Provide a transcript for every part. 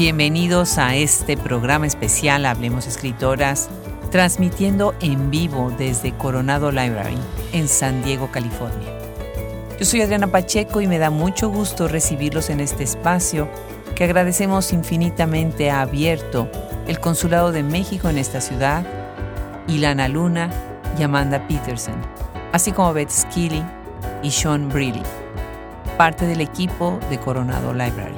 Bienvenidos a este programa especial Hablemos Escritoras, transmitiendo en vivo desde Coronado Library en San Diego, California. Yo soy Adriana Pacheco y me da mucho gusto recibirlos en este espacio que agradecemos infinitamente a Abierto, el Consulado de México en esta ciudad, Ilana Luna y Amanda Peterson, así como Beth Skilly y Sean Briley, parte del equipo de Coronado Library.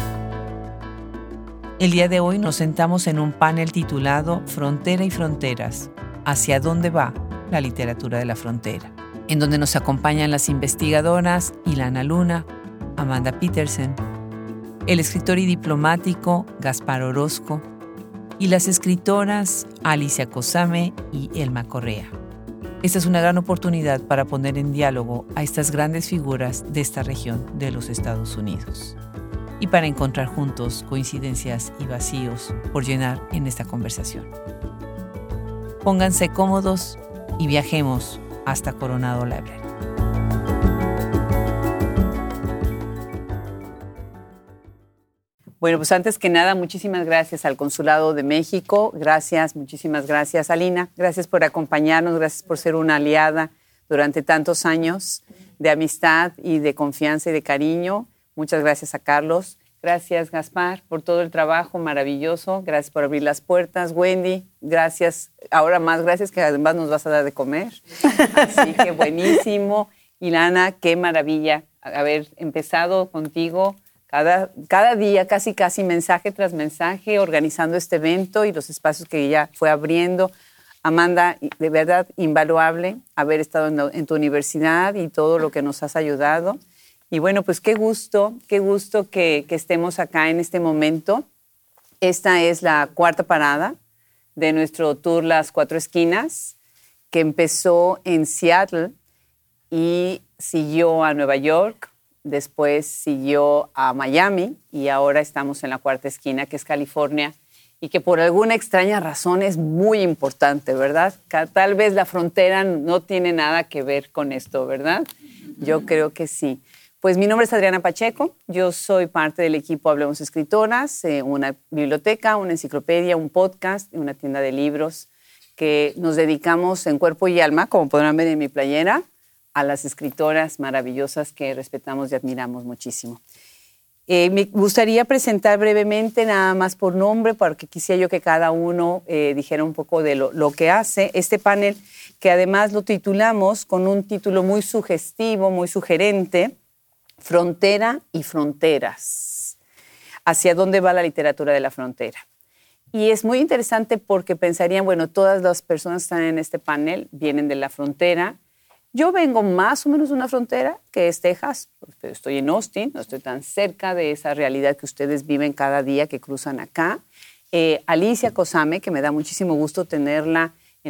El día de hoy nos sentamos en un panel titulado Frontera y Fronteras, ¿hacia dónde va la literatura de la frontera?, en donde nos acompañan las investigadoras Ilana Luna, Amanda Peterson, el escritor y diplomático Gaspar Orozco y las escritoras Alicia Cosame y Elma Correa. Esta es una gran oportunidad para poner en diálogo a estas grandes figuras de esta región de los Estados Unidos y para encontrar juntos coincidencias y vacíos por llenar en esta conversación. Pónganse cómodos y viajemos hasta Coronado Library. Bueno, pues antes que nada, muchísimas gracias al Consulado de México. Muchísimas gracias, Alina. Gracias por acompañarnos, gracias por ser una aliada durante tantos años de amistad y de confianza y de cariño. Muchas gracias a Carlos. Gracias, Gaspar, por todo el trabajo maravilloso. Gracias por abrir las puertas. Wendy, gracias. Ahora más gracias, que además nos vas a dar de comer. Así que buenísimo. Ilana, qué maravilla haber empezado contigo cada día, casi mensaje tras mensaje, organizando este evento y los espacios que ella fue abriendo. Amanda, de verdad, invaluable haber estado en tu universidad y todo lo que nos has ayudado. Y bueno, pues qué gusto que estemos acá en este momento. Esta es la cuarta parada de nuestro tour Las Cuatro Esquinas, que empezó en Seattle y siguió a Nueva York, después siguió a Miami y ahora estamos en la cuarta esquina, que es California, y que por alguna extraña razón es muy importante, ¿verdad? Tal vez la frontera no tiene nada que ver con esto, ¿verdad? Yo creo que sí. Pues mi nombre es Adriana Pacheco, yo soy parte del equipo Hablemos Escritoras, una biblioteca, una enciclopedia, un podcast y una tienda de libros que nos dedicamos en cuerpo y alma, como podrán ver en mi playera, a las escritoras maravillosas que respetamos y admiramos muchísimo. Me gustaría presentar brevemente, nada más por nombre, porque quisiera yo que cada uno dijera un poco de lo que hace este panel, que además lo titulamos con un título muy sugestivo, muy sugerente, Frontera y Fronteras. ¿Hacia dónde va la literatura de la frontera? Y es muy interesante porque pensarían, bueno, todas las personas que están en este panel vienen de la frontera. Yo vengo más o menos de una frontera, que es Texas. Estoy en Austin, no estoy tan cerca de esa realidad que ustedes viven cada día que cruzan acá. Alicia Cosame, que me da muchísimo gusto tenerla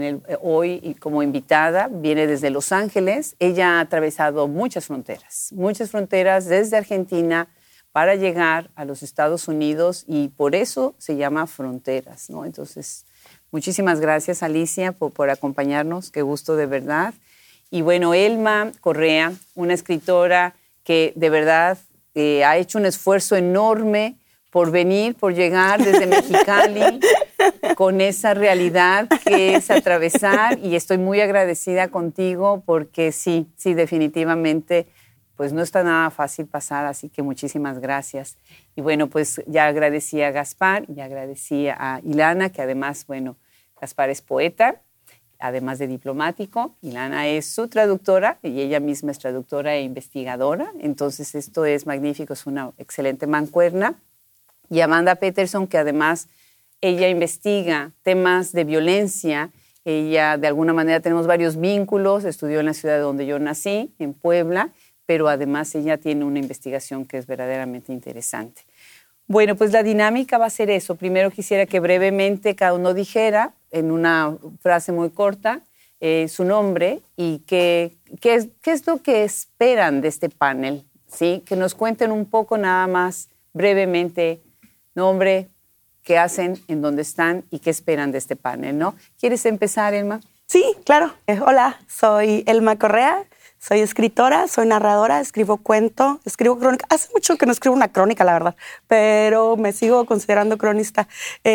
hoy como invitada, viene desde Los Ángeles. Ella ha atravesado muchas fronteras desde Argentina para llegar a los Estados Unidos y por eso se llama Fronteras, ¿no? Entonces, muchísimas gracias, Alicia, por acompañarnos. Qué gusto, de verdad. Y bueno, Elma Correa, una escritora que de verdad ha hecho un esfuerzo enorme por venir, por llegar desde Mexicali con esa realidad que es atravesar, y estoy muy agradecida contigo porque sí, definitivamente, pues no está nada fácil pasar, así que muchísimas gracias. Y bueno, pues ya agradecí a Gaspar, ya agradecí a Ilana, que además, bueno, Gaspar es poeta, además de diplomático. Ilana es su traductora y ella misma es traductora e investigadora, entonces esto es magnífico, es una excelente mancuerna. Y Amanda Peterson, que además ella investiga temas de violencia. Ella, de alguna manera, tenemos varios vínculos. Estudió en la ciudad donde yo nací, en Puebla, pero además ella tiene una investigación que es verdaderamente interesante. Bueno, pues la dinámica va a ser eso. Primero quisiera que brevemente cada uno dijera, en una frase muy corta, su nombre y qué es lo que esperan de este panel, ¿sí? Que nos cuenten un poco nada más brevemente nombre, qué hacen, en dónde están y qué esperan de este panel, ¿no? ¿Quieres empezar, Elma? Sí, claro. Hola, soy Elma Correa, Soy escritora, soy narradora, escribo cuento, escribo crónica. Hace mucho que no escribo una crónica, la verdad, pero me sigo considerando cronista.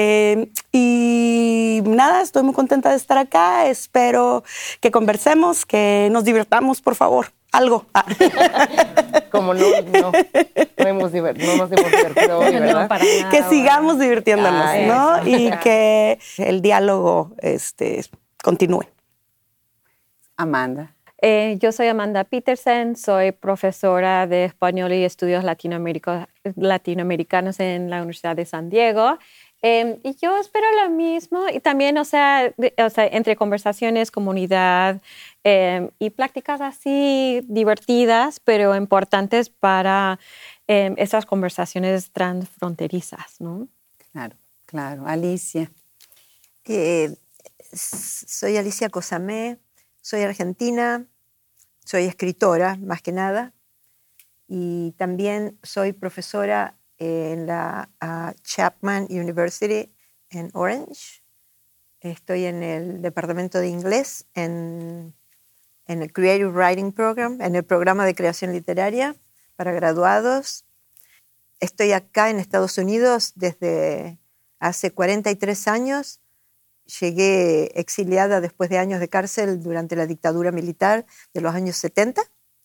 Y nada, estoy muy contenta de estar acá. Espero que conversemos, que nos divirtamos, por favor. Algo. Como no nos hemos divertido hoy, ¿verdad? No, para nada, que sigamos divirtiéndonos, ¿no? Y que el diálogo continúe. Amanda. Yo soy Amanda Petersen, soy profesora de español y estudios latinoamericanos en la Universidad de San Diego. Y yo espero lo mismo y también, o sea, entre conversaciones, comunidad y prácticas así divertidas, pero importantes para esas conversaciones transfronterizas, ¿no? Claro, claro. Alicia. Soy Alicia Cosamé, soy argentina, soy escritora más que nada y también soy profesora en la Chapman University en Orange. Estoy en el departamento de inglés, en el Creative Writing Program, en el programa de creación literaria para graduados. Estoy acá en Estados Unidos desde hace 43 años. Llegué exiliada después de años de cárcel durante la dictadura militar de los años 70.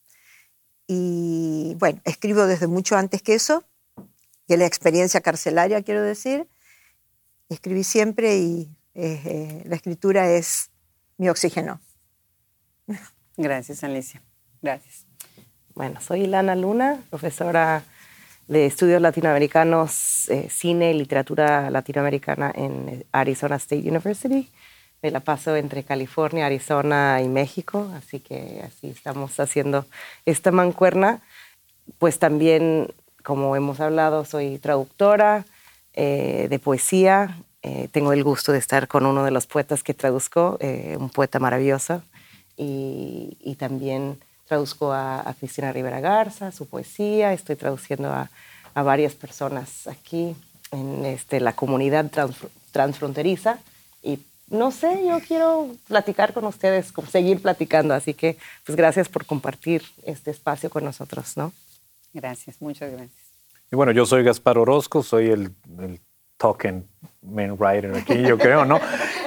Y bueno, escribo desde mucho antes que eso, que la experiencia carcelaria, quiero decir. Escribí siempre y la escritura es mi oxígeno. Gracias, Alicia. Gracias. Bueno, soy Lana Luna, profesora de estudios latinoamericanos, cine y literatura latinoamericana en Arizona State University. Me la paso entre California, Arizona y México, así que así estamos haciendo esta mancuerna. Pues también, como hemos hablado, soy traductora de poesía. Tengo el gusto de estar con uno de los poetas que traduzco, un poeta maravilloso. Y también traduzco a Cristina Rivera Garza, su poesía. Estoy traduciendo a varias personas aquí en la comunidad transfronteriza. Y no sé, yo quiero platicar con ustedes, seguir platicando. Así que, pues gracias por compartir este espacio con nosotros, ¿no? Gracias, muchas gracias. Y bueno, yo soy Gaspar Orozco, soy el token main writer aquí, yo creo, ¿no?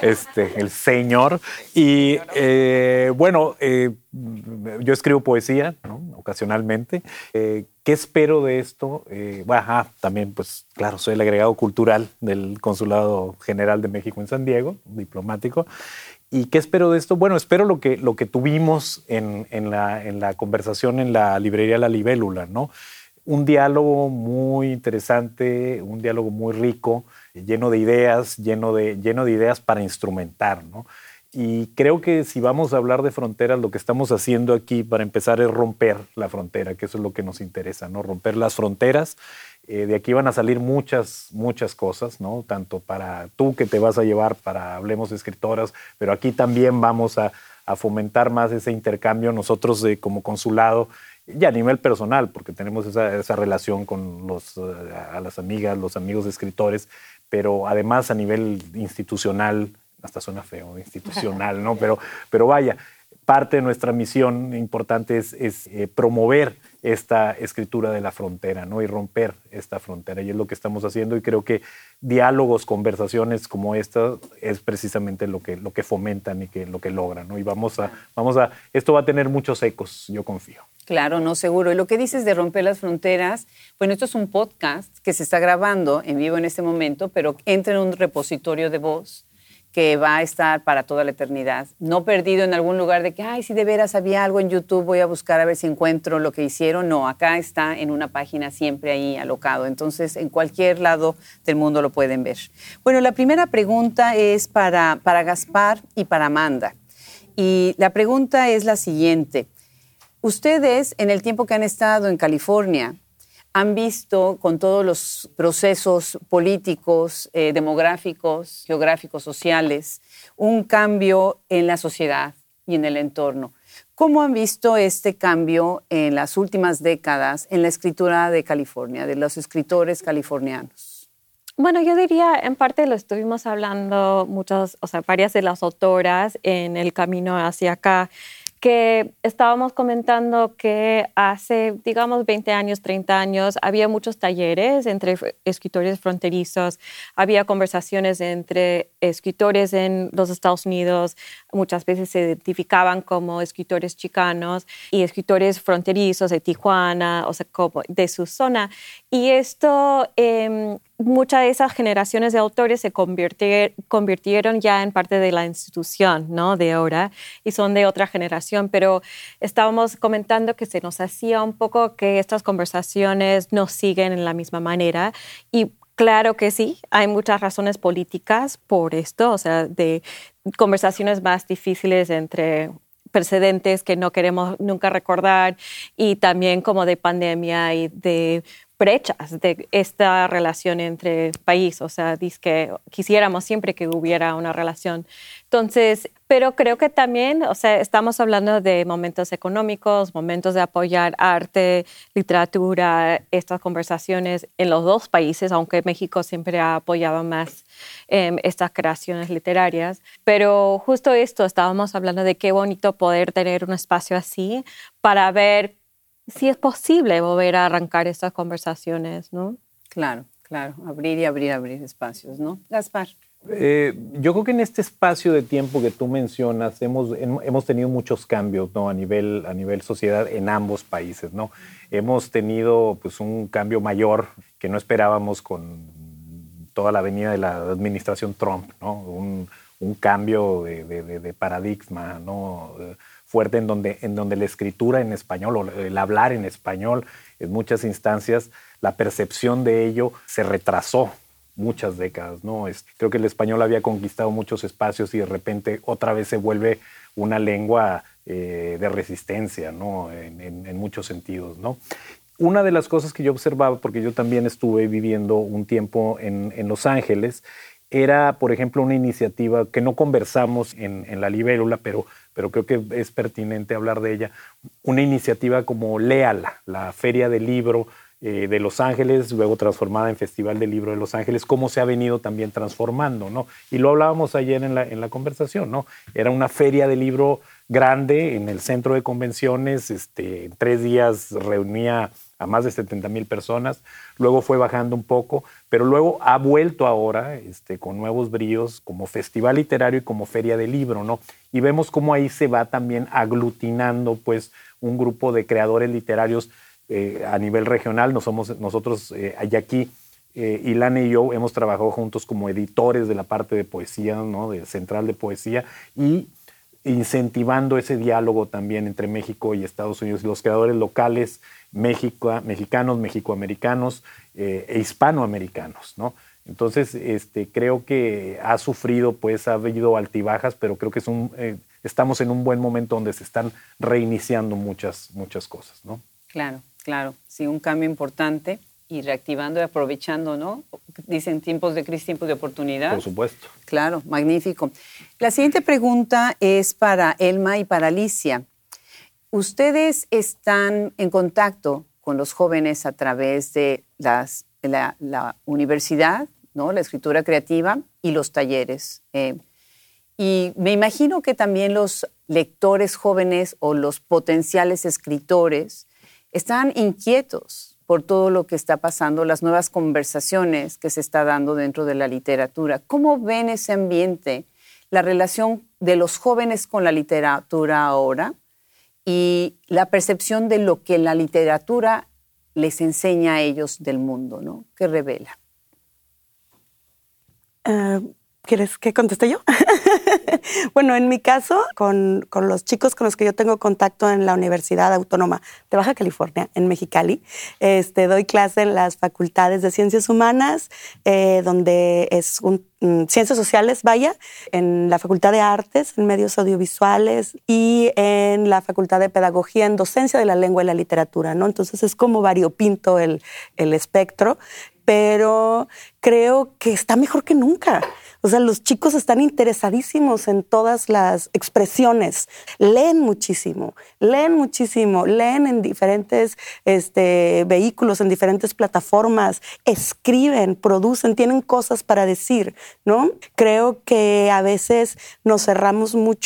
El señor. Y bueno, yo escribo poesía, ¿no? Ocasionalmente. ¿Qué espero de esto? También, pues, claro, soy el agregado cultural del Consulado General de México en San Diego, diplomático. ¿Y qué espero de esto? Bueno, espero lo que tuvimos en la conversación en la librería La Libélula, ¿no? Un diálogo muy interesante, un diálogo muy rico, lleno de ideas, lleno de ideas para instrumentar, ¿no? Y creo que si vamos a hablar de fronteras, lo que estamos haciendo aquí para empezar es romper la frontera, que eso es lo que nos interesa, ¿no? Romper las fronteras. De aquí van a salir muchas cosas, ¿no? Tanto para tú que te vas a llevar para Hablemos Escritoras, pero aquí también vamos a fomentar más ese intercambio nosotros como consulado, y a nivel personal, porque tenemos esa relación con a las amigas, los amigos escritores, pero además a nivel institucional, hasta suena feo, institucional, ¿no? Pero vaya, parte de nuestra misión importante es promover esta escritura de la frontera, ¿no? Y romper esta frontera, y es lo que estamos haciendo, y creo que diálogos, conversaciones como esta es precisamente lo que fomentan y lo que logran, ¿no? Y esto va a tener muchos ecos, yo confío. Claro, no, seguro. Y lo que dices de romper las fronteras, bueno, esto es un podcast que se está grabando en vivo en este momento, pero entra en un repositorio de voz que va a estar para toda la eternidad. No perdido en algún lugar de que, ay, si de veras había algo en YouTube, voy a buscar a ver si encuentro lo que hicieron. No, acá está en una página siempre ahí alocado. Entonces, en cualquier lado del mundo lo pueden ver. Bueno, la primera pregunta es para Gaspar y para Amanda. Y la pregunta es la siguiente. Ustedes, en el tiempo que han estado en California, han visto con todos los procesos políticos, demográficos, geográficos, sociales, un cambio en la sociedad y en el entorno. ¿Cómo han visto este cambio en las últimas décadas en la escritura de California, de los escritores californianos? Bueno, yo diría, en parte lo estuvimos hablando varias de las autoras en el camino hacia acá, que estábamos comentando que hace, digamos, 20 años, 30 años, había muchos talleres entre escritores fronterizos, había conversaciones entre escritores en los Estados Unidos, muchas veces se identificaban como escritores chicanos y escritores fronterizos de Tijuana, o sea, como de su zona. Y esto, muchas de esas generaciones de autores se convirtieron ya en parte de la institución, ¿no?, de ahora, y son de otra generación, pero estábamos comentando que se nos hacía un poco que estas conversaciones no siguen en la misma manera, y claro que sí, hay muchas razones políticas por esto, o sea, de conversaciones más difíciles entre precedentes que no queremos nunca recordar, y también como de pandemia y de brechas de esta relación entre países, o sea, que quisiéramos siempre que hubiera una relación. Entonces, pero creo que también, o sea, estamos hablando de momentos económicos, momentos de apoyar arte, literatura, estas conversaciones en los dos países, aunque México siempre ha apoyado más estas creaciones literarias. Pero justo esto, estábamos hablando de qué bonito poder tener un espacio así para ver si es posible volver a arrancar estas conversaciones, ¿no? Claro, claro. Abrir y abrir espacios, ¿no? Gaspar. Yo creo que en este espacio de tiempo que tú mencionas hemos tenido muchos cambios, ¿no? a nivel sociedad en ambos países, ¿no? Hemos tenido pues, un cambio mayor que no esperábamos con toda la venida de la administración Trump, ¿no? Un cambio de paradigma, ¿no? Fuerte en donde la escritura en español o el hablar en español en muchas instancias, la percepción de ello se retrasó muchas décadas, ¿no? Creo que el español había conquistado muchos espacios y de repente otra vez se vuelve una lengua de resistencia, ¿no? En muchos sentidos, ¿no? Una de las cosas que yo observaba, porque yo también estuve viviendo un tiempo en Los Ángeles, era, por ejemplo, una iniciativa que no conversamos en La Libélula, pero creo que es pertinente hablar de ella, una iniciativa como Léala, la Feria del Libro de Los Ángeles, luego transformada en Festival del Libro de Los Ángeles, cómo se ha venido también transformando, ¿no? Y lo hablábamos ayer en la conversación, ¿no? Era una feria de libro grande en el centro de convenciones, en 3 días reunía a más de 70,000 personas, luego fue bajando un poco, pero luego ha vuelto ahora con nuevos bríos como festival literario y como feria de libro, ¿no? Y vemos cómo ahí se va también aglutinando pues un grupo de creadores literarios a nivel regional. Nosotros aquí, Ilana y yo hemos trabajado juntos como editores de la parte de poesía, ¿no? De Central de Poesía, y incentivando ese diálogo también entre México y Estados Unidos, los creadores locales mexicanos, mexicoamericanos e hispanoamericanos, ¿no? Entonces, creo que ha sufrido, pues ha habido altibajas, pero creo que estamos en un buen momento donde se están reiniciando muchas cosas, ¿no? Claro, claro. Sí, un cambio importante y reactivando y aprovechando, ¿no? Dicen tiempos de crisis, tiempos de oportunidad. Por supuesto. Claro, magnífico. La siguiente pregunta es para Elma y para Alicia. Ustedes están en contacto con los jóvenes a través de la universidad, ¿no? La escritura creativa y los talleres. Y me imagino que también los lectores jóvenes o los potenciales escritores están inquietos por todo lo que está pasando, las nuevas conversaciones que se está dando dentro de la literatura. ¿Cómo ven ese ambiente, la relación de los jóvenes con la literatura ahora y la percepción de lo que la literatura les enseña a ellos del mundo, ¿no? ¿Qué revela? ¿Quieres que conteste yo? Bueno, en mi caso, con los chicos con los que yo tengo contacto en la Universidad Autónoma de Baja California, en Mexicali, doy clase en las facultades de Ciencias Humanas, donde es Ciencias Sociales, en la Facultad de Artes, en Medios Audiovisuales, y en la Facultad de Pedagogía, en Docencia de la Lengua y la Literatura, ¿no? Entonces es como variopinto el espectro, pero creo que está mejor que nunca. O sea, los chicos están interesadísimos en todas las expresiones. Leen muchísimo, leen en diferentes vehículos, en diferentes plataformas, escriben, producen, tienen cosas para decir, ¿no? Creo que a veces nos cerramos mucho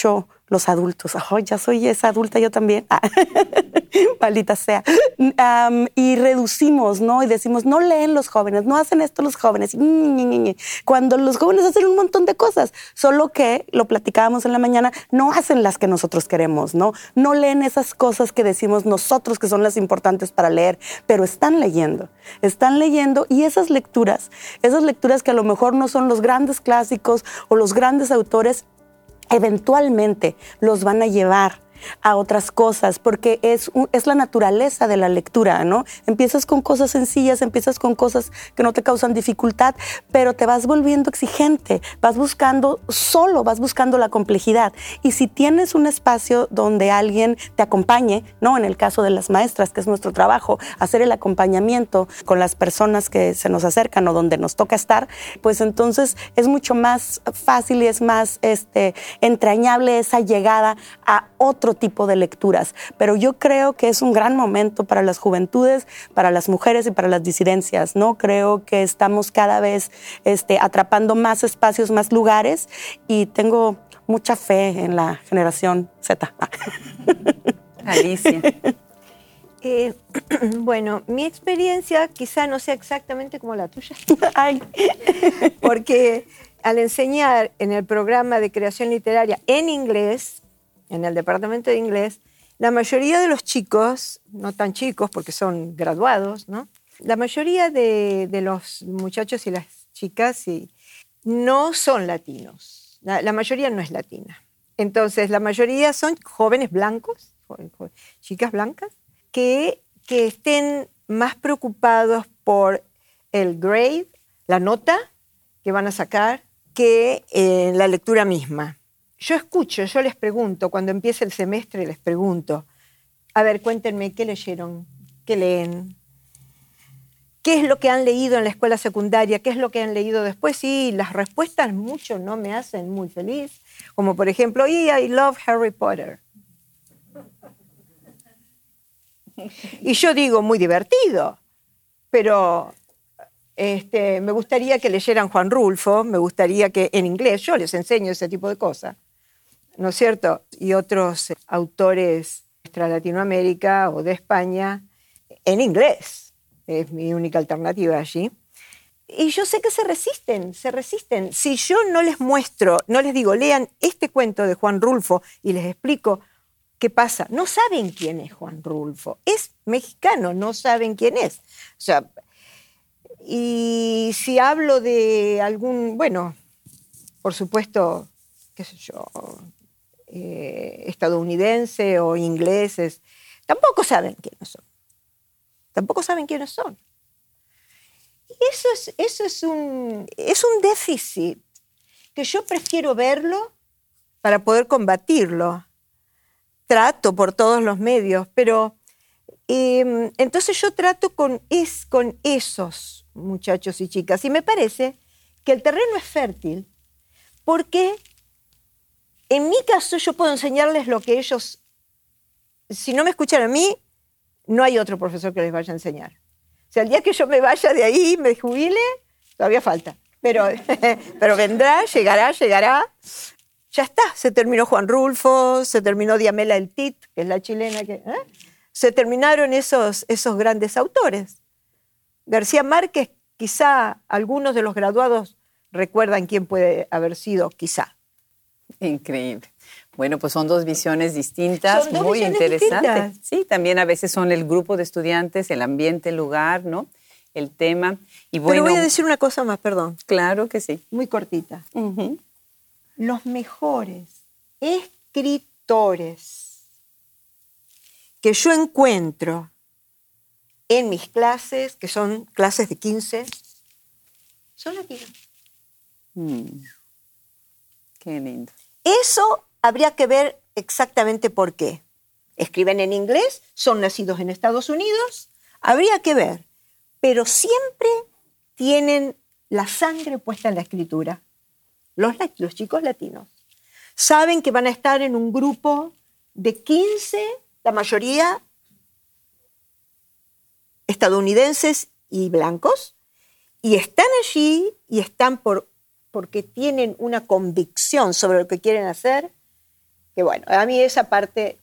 los adultos. Oh, ya soy esa adulta yo también. Maldita sea. Y reducimos, ¿no? Y decimos, no leen los jóvenes, no hacen esto los jóvenes. Cuando los jóvenes hacen un montón de cosas, solo que, lo platicábamos en la mañana, no hacen las que nosotros queremos, ¿no? No leen esas cosas que decimos nosotros que son las importantes para leer, pero están leyendo y esas lecturas que a lo mejor no son los grandes clásicos o los grandes autores, eventualmente los van a llevar a otras cosas, porque es la naturaleza de la lectura, ¿no? Empiezas con cosas sencillas, empiezas con cosas que no te causan dificultad, pero te vas volviendo exigente, vas buscando la complejidad. Y si tienes un espacio donde alguien te acompañe, ¿no? En el caso de las maestras, que es nuestro trabajo, hacer el acompañamiento con las personas que se nos acercan o donde nos toca estar, pues entonces es mucho más fácil y es más entrañable esa llegada a otro tipo de lecturas. Pero yo creo que es un gran momento para las juventudes, para las mujeres y para las disidencias, ¿no? Creo que estamos cada vez atrapando más espacios, más lugares, y tengo mucha fe en la generación Z. Alicia. Bueno, mi experiencia quizá no sea exactamente como la tuya. Ay. Porque al enseñar en el programa de creación literaria en inglés, en el departamento de inglés, la mayoría de los chicos, no tan chicos porque son graduados, ¿no? La mayoría de los muchachos y las chicas no son latinos. La mayoría no es latina. Entonces, la mayoría son jóvenes blancos, chicas blancas, que estén más preocupados por el grade, la nota que van a sacar, que la lectura misma. Yo les pregunto, cuando empieza el semestre les pregunto, a ver, cuéntenme, ¿qué leyeron? ¿Qué leen? ¿Qué es lo que han leído en la escuela secundaria? ¿Qué es lo que han leído después? Y las respuestas mucho no me hacen muy feliz. Como por ejemplo, I love Harry Potter. Y yo digo, muy divertido, pero me gustaría que leyeran Juan Rulfo, me gustaría que en inglés, yo les enseño ese tipo de cosas, ¿no es cierto? Y otros autores de Latinoamérica o de España en inglés. Es mi única alternativa allí. Y yo sé que se resisten. Si yo no les muestro, no les digo, lean este cuento de Juan Rulfo y les explico qué pasa, no saben quién es Juan Rulfo. Es mexicano, no saben quién es. O sea, y si hablo de algún, bueno, por supuesto, qué sé yo, estadounidense o ingleses, tampoco saben quiénes son. Y eso es un déficit que yo prefiero verlo para poder combatirlo. Trato por todos los medios, pero entonces yo trato con esos muchachos y chicas, y me parece que el terreno es fértil porque en mi caso yo puedo enseñarles lo que ellos, si no me escuchan a mí, no hay otro profesor que les vaya a enseñar. O sea, el día que yo me vaya de ahí, me jubile, todavía falta, pero vendrá, llegará. Ya está, se terminó Juan Rulfo, se terminó Diamela El Tit, que es la chilena se terminaron esos grandes autores. García Márquez, quizá algunos de los graduados recuerdan quién puede haber sido, quizá. Increíble. Bueno, pues son dos visiones distintas, muy interesantes. Distintas. Sí, también a veces son el grupo de estudiantes, el ambiente, el lugar, ¿no? El tema. Y bueno, pero voy a decir una cosa más, perdón. Claro que sí. Muy cortita. Uh-huh. Los mejores escritores que yo encuentro en mis clases, que son clases de 15, son latinos. Qué lindo. Eso habría que ver exactamente por qué. Escriben en inglés, son nacidos en Estados Unidos, habría que ver. Pero siempre tienen la sangre puesta en la escritura. Los chicos latinos saben que van a estar en un grupo de 15, la mayoría estadounidenses y blancos, y están allí y están porque tienen una convicción sobre lo que quieren hacer que bueno, a mí esa parte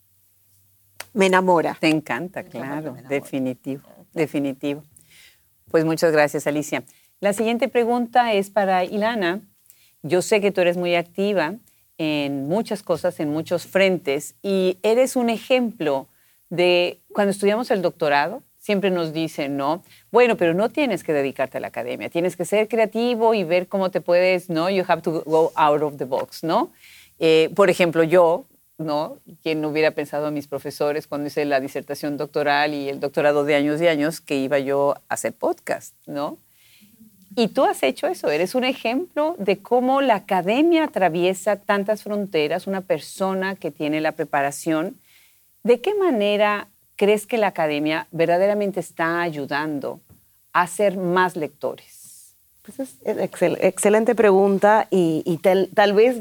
me enamora. Te encanta, claro, definitivo, definitivo. Pues muchas gracias, Alicia. La siguiente pregunta es para Ilana. Yo sé que tú eres muy activa en muchas cosas, en muchos frentes, y eres un ejemplo de cuando estudiamos el doctorado, siempre nos dicen, ¿no? Bueno, pero no tienes que dedicarte a la academia, tienes que ser creativo y ver cómo te puedes, ¿no? You have to go out of the box, ¿no? Por ejemplo, yo, ¿no? ¿Quién no hubiera pensado a mis profesores cuando hice la disertación doctoral y el doctorado de años y años que iba yo a hacer podcast, ¿no? Y tú has hecho eso, eres un ejemplo de cómo la academia atraviesa tantas fronteras, una persona que tiene la preparación. ¿De qué manera crees que la academia verdaderamente está ayudando a ser más lectores? Pues es excelente pregunta y tal vez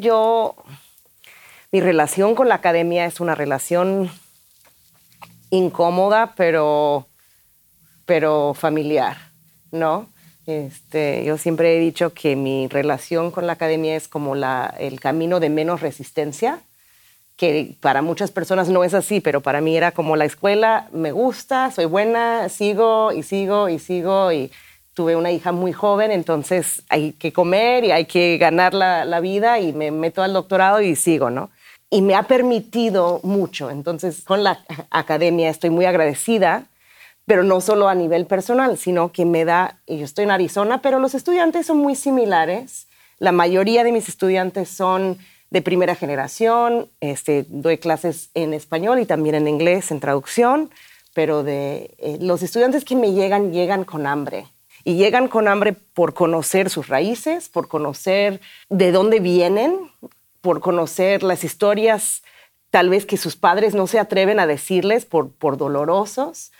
mi relación con la academia es una relación incómoda, pero familiar, ¿no? Yo siempre he dicho que mi relación con la academia es como el camino de menos resistencia, que para muchas personas no es así, pero para mí era como la escuela, me gusta, soy buena, sigo y sigo y sigo, y tuve una hija muy joven, entonces hay que comer y hay que ganar la vida, y me meto al doctorado y sigo, ¿no? Y me ha permitido mucho, entonces con la academia estoy muy agradecida, pero no solo a nivel personal, sino que yo estoy en Arizona, pero los estudiantes son muy similares. La mayoría de mis estudiantes son de primera generación, doy clases en español y también en inglés, en traducción, pero los estudiantes que me llegan con hambre. Y llegan con hambre por conocer sus raíces, por conocer de dónde vienen, por conocer las historias tal vez que sus padres no se atreven a decirles por dolorosos.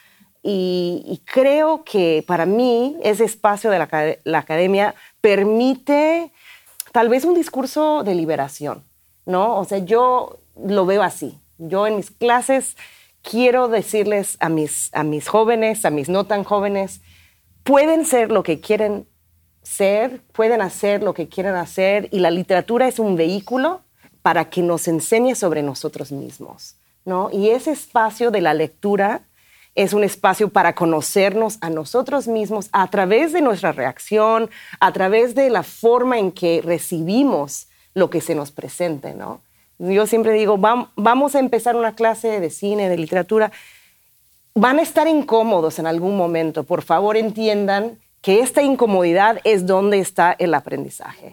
Y creo que para mí ese espacio de la academia permite tal vez un discurso de liberación, ¿no? O sea, yo lo veo así. Yo en mis clases quiero decirles a mis jóvenes, a mis no tan jóvenes, pueden ser lo que quieren ser, pueden hacer lo que quieren hacer, y la literatura es un vehículo para que nos enseñe sobre nosotros mismos, ¿no? Y ese espacio de la lectura es un espacio para conocernos a nosotros mismos a través de nuestra reacción, a través de la forma en que recibimos lo que se nos presente, ¿no? Yo siempre digo, vamos a empezar una clase de cine, de literatura. Van a estar incómodos en algún momento. Por favor, entiendan que esta incomodidad es donde está el aprendizaje.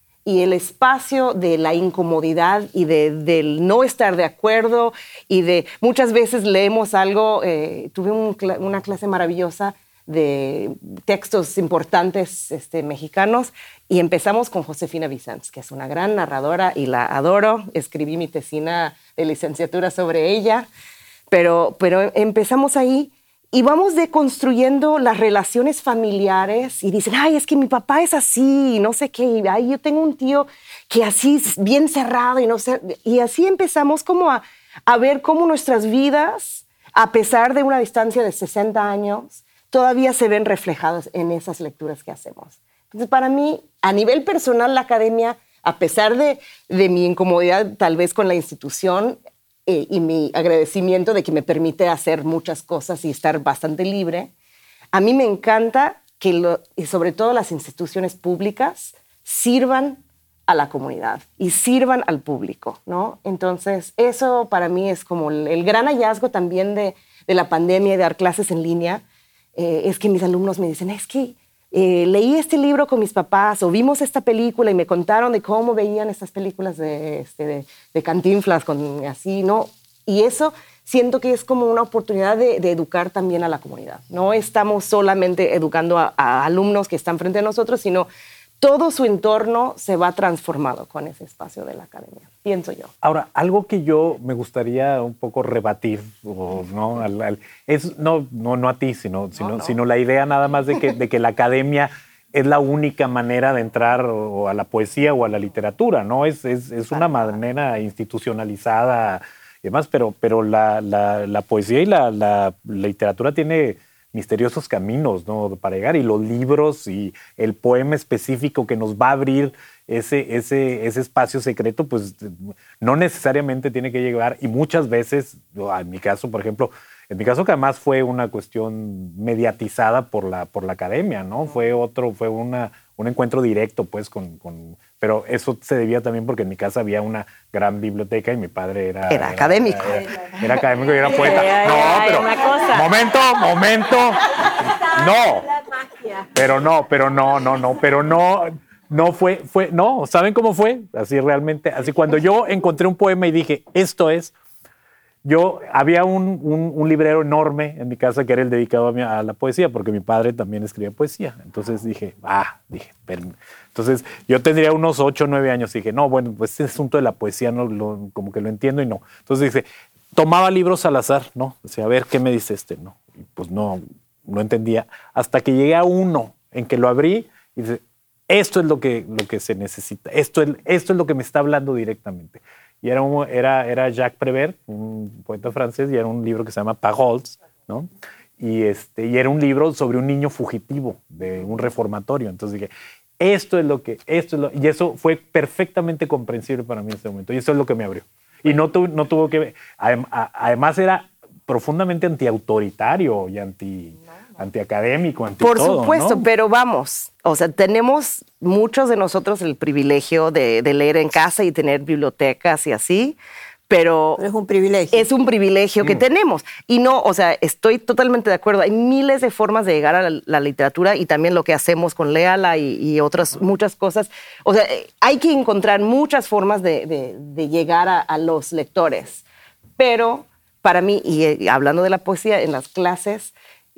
Y el espacio de la incomodidad y del no estar de acuerdo, y muchas veces leemos algo. Tuve una clase maravillosa de textos importantes mexicanos, y empezamos con Josefina Vicens, que es una gran narradora y la adoro. Escribí mi tesina de licenciatura sobre ella, pero empezamos ahí. Y vamos deconstruyendo las relaciones familiares, y dicen, ay, es que mi papá es así, y no sé qué, ay, yo tengo un tío que así es bien cerrado, y no sé. Y así empezamos como a ver cómo nuestras vidas, a pesar de una distancia de 60 años, todavía se ven reflejadas en esas lecturas que hacemos. Entonces, para mí, a nivel personal, la academia, a pesar de mi incomodidad tal vez con la institución, y mi agradecimiento de que me permite hacer muchas cosas y estar bastante libre, a mí me encanta que y sobre todo las instituciones públicas sirvan a la comunidad y sirvan al público, ¿no? Entonces, eso para mí es como el gran hallazgo también de la pandemia y de dar clases en línea, es que mis alumnos me dicen, es que leí este libro con mis papás, o vimos esta película y me contaron de cómo veían estas películas de Cantinflas, así, ¿no? Y eso siento que es como una oportunidad de educar también a la comunidad. No estamos solamente educando a alumnos que están frente a nosotros, sino todo su entorno se va transformando con ese espacio de la academia, pienso yo. Ahora, algo que yo me gustaría un poco rebatir, ¿no? Es no a ti, sino la idea nada más de que la academia es la única manera de entrar o a la poesía o a la literatura, ¿no? Es una manera institucionalizada y demás, pero la poesía y la literatura tiene misteriosos caminos, ¿no? Para llegar, y los libros y el poema específico que nos va a abrir ese espacio secreto, pues no necesariamente tiene que llegar, y muchas veces, en mi caso, por ejemplo, que además fue una cuestión mediatizada por la academia, ¿no? Fue un encuentro directo, pues, pero eso se debía también porque en mi casa había una gran biblioteca y mi padre era académico. Era académico y era poeta. No, pero una cosa. momento. No. Pero no fue, no, ¿saben cómo fue? Así realmente, así cuando yo encontré un poema y dije, esto es, había un librero enorme en mi casa que era el dedicado a la poesía, porque mi padre también escribía poesía. Entonces dije, entonces yo tendría unos 8 o 9 años y dije, no, bueno, pues este asunto de la poesía como que lo entiendo y no. Entonces dice, tomaba libros al azar, ¿no? O sea, a ver, ¿qué me dice este? No, y pues no entendía. Hasta que llegué a uno en que lo abrí y dice, esto es lo que se necesita, esto es lo que me está hablando directamente. Y era Jacques Prévert, un poeta francés, y era un libro que se llama Paroles, ¿no? Y era un libro sobre un niño fugitivo de un reformatorio. Entonces dije, y eso fue perfectamente comprensible para mí en ese momento, y eso es lo que me abrió. Y no tuvo que ver, además era profundamente antiautoritario y antiacadémico, Por todo, supuesto, ¿no? pero vamos, o sea, tenemos muchos de nosotros el privilegio de leer en casa y tener bibliotecas y así, pero es un privilegio. Es un privilegio que tenemos. Y no, o sea, estoy totalmente de acuerdo. Hay miles de formas de llegar a la literatura y también lo que hacemos con Léala y otras muchas cosas. O sea, hay que encontrar muchas formas de llegar a los lectores. Pero para mí, y hablando de la poesía, en las clases,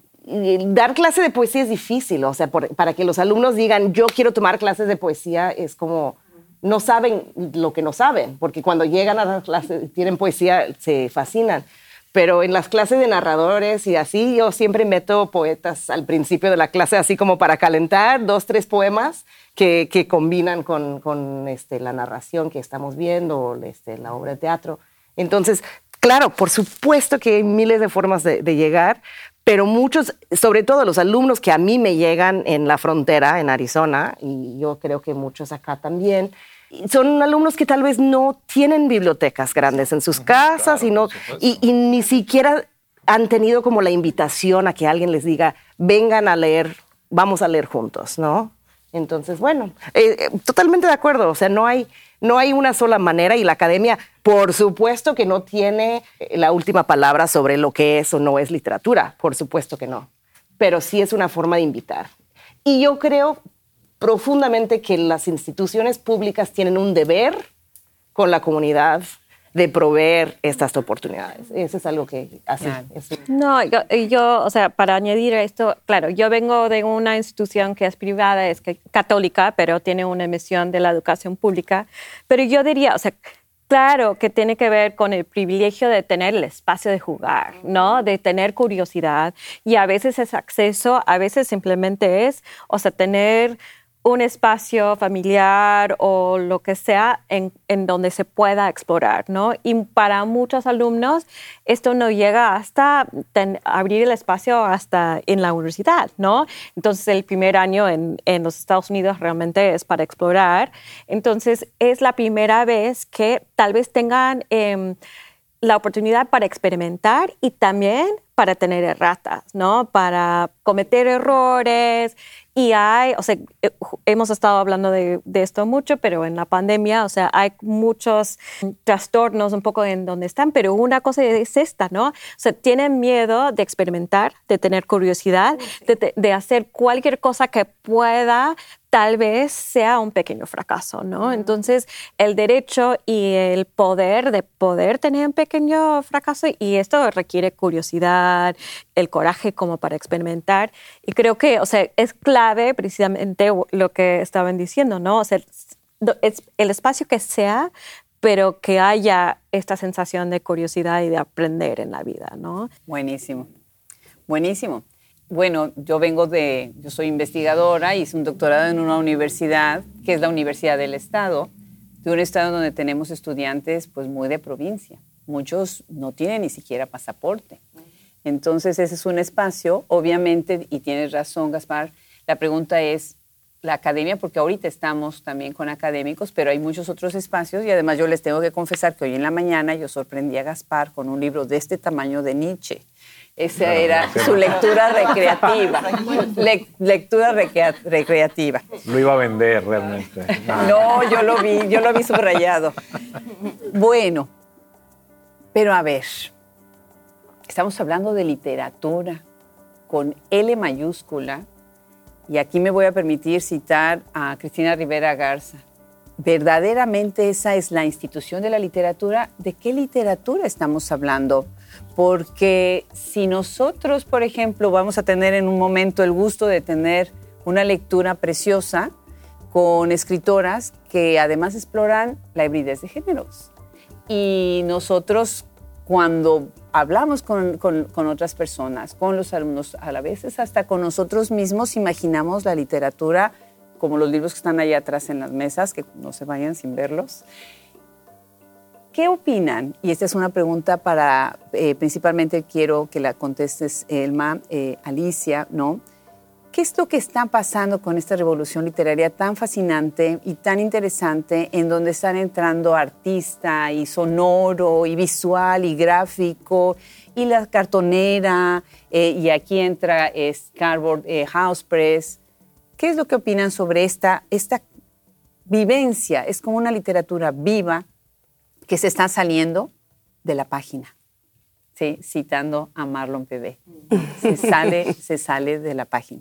dar clase de poesía es difícil, o sea, para que los alumnos digan, yo quiero tomar clases de poesía, es como, no saben lo que no saben, porque cuando llegan a las clases y tienen poesía, se fascinan. Pero en las clases de narradores y así, yo siempre meto poetas al principio de la clase, así como para calentar, 2, 3 poemas que combinan con la narración que estamos viendo, o la obra de teatro. Entonces, claro, por supuesto que hay miles de formas de llegar, pero muchos, sobre todo los alumnos que a mí me llegan en la frontera, en Arizona, y yo creo que muchos acá también, son alumnos que tal vez no tienen bibliotecas grandes en sus casas, claro, y ni siquiera han tenido como la invitación a que alguien les diga, vengan a leer, vamos a leer juntos, ¿no? Entonces, bueno, totalmente de acuerdo, o sea, no hay una sola manera, y la academia, por supuesto que no tiene la última palabra sobre lo que es o no es literatura, por supuesto que no, pero sí es una forma de invitar. Y yo creo profundamente que las instituciones públicas tienen un deber con la comunidad de proveer estas oportunidades. Eso es algo que hace. Claro. No, yo, o sea, para añadir a esto, claro, yo vengo de una institución que es privada, es católica, pero tiene una misión de la educación pública. Pero yo diría, o sea, claro que tiene que ver con el privilegio de tener el espacio de jugar, ¿no? De tener curiosidad. Y a veces es acceso, a veces simplemente es, o sea, tener un espacio familiar o lo que sea en donde se pueda explorar, ¿no? Y para muchos alumnos esto no llega hasta abrir el espacio hasta en la universidad, ¿no? Entonces el primer año en los Estados Unidos realmente es para explorar. Entonces es la primera vez que tal vez tengan la oportunidad para experimentar y también para tener erratas, ¿no? Para cometer errores. Y o sea, hemos estado hablando de esto mucho, pero en la pandemia, o sea, hay muchos trastornos un poco en donde están, pero una cosa es esta, ¿no? O sea, tienen miedo de experimentar, de tener curiosidad, de hacer cualquier cosa que pueda, tal vez sea un pequeño fracaso, ¿no? Entonces, el derecho y el poder de poder tener un pequeño fracaso, y esto requiere curiosidad, el coraje como para experimentar. Y creo que, o sea, es clave precisamente lo que estaban diciendo, ¿no? O sea, es el espacio que sea, pero que haya esta sensación de curiosidad y de aprender en la vida, ¿no? Buenísimo, buenísimo. Bueno, yo soy investigadora, hice un doctorado en una universidad, que es la Universidad del Estado, de un estado donde tenemos estudiantes pues muy de provincia. Muchos no tienen ni siquiera pasaporte. Entonces ese es un espacio, obviamente, y tienes razón, Gaspar, la pregunta es, la academia, porque ahorita estamos también con académicos, pero hay muchos otros espacios y además yo les tengo que confesar que hoy en la mañana yo sorprendí a Gaspar con un libro de este tamaño de Nietzsche. Esa era su lectura recreativa. Lectura recreativa. Lo iba a vender realmente. No, yo lo vi subrayado. Bueno, pero a ver, estamos hablando de literatura con L mayúscula y aquí me voy a permitir citar a Cristina Rivera Garza. ¿Verdaderamente esa es la institución de la literatura? ¿De qué literatura estamos hablando? Porque si nosotros, por ejemplo, vamos a tener en un momento el gusto de tener una lectura preciosa con escritoras que además exploran la hibridez de géneros. Y nosotros, cuando hablamos con otras personas, con los alumnos, a la vez hasta con nosotros mismos, imaginamos la literatura como los libros que están allá atrás en las mesas, que no se vayan sin verlos. ¿Qué opinan? Y esta es una pregunta para, principalmente quiero que la contestes, Elma, Alicia, ¿no? ¿Qué es lo que está pasando con esta revolución literaria tan fascinante y tan interesante en donde están entrando artista y sonoro y visual y gráfico y la cartonera y aquí entra Cardboard House Press? ¿Qué es lo que opinan sobre esta vivencia? Es como una literatura viva que se está saliendo de la página, ¿sí? Citando a Marlon Pb. Se sale de la página.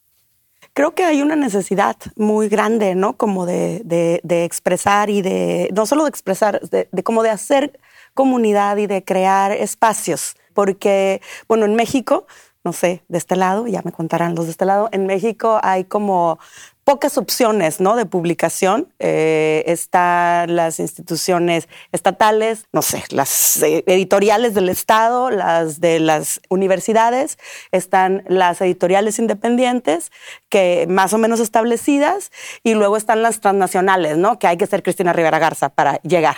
Creo que hay una necesidad muy grande, ¿no? Como de expresar y no solo de expresar, como de hacer comunidad y de crear espacios. Porque, bueno, en México, no sé, de este lado, ya me contarán los de este lado, en México hay como pocas opciones, ¿no? De publicación. Están las instituciones estatales, no sé, las editoriales del Estado, las de las universidades, están las editoriales independientes, que más o menos establecidas, y luego están las transnacionales, ¿no? Que hay que ser Cristina Rivera Garza para llegar.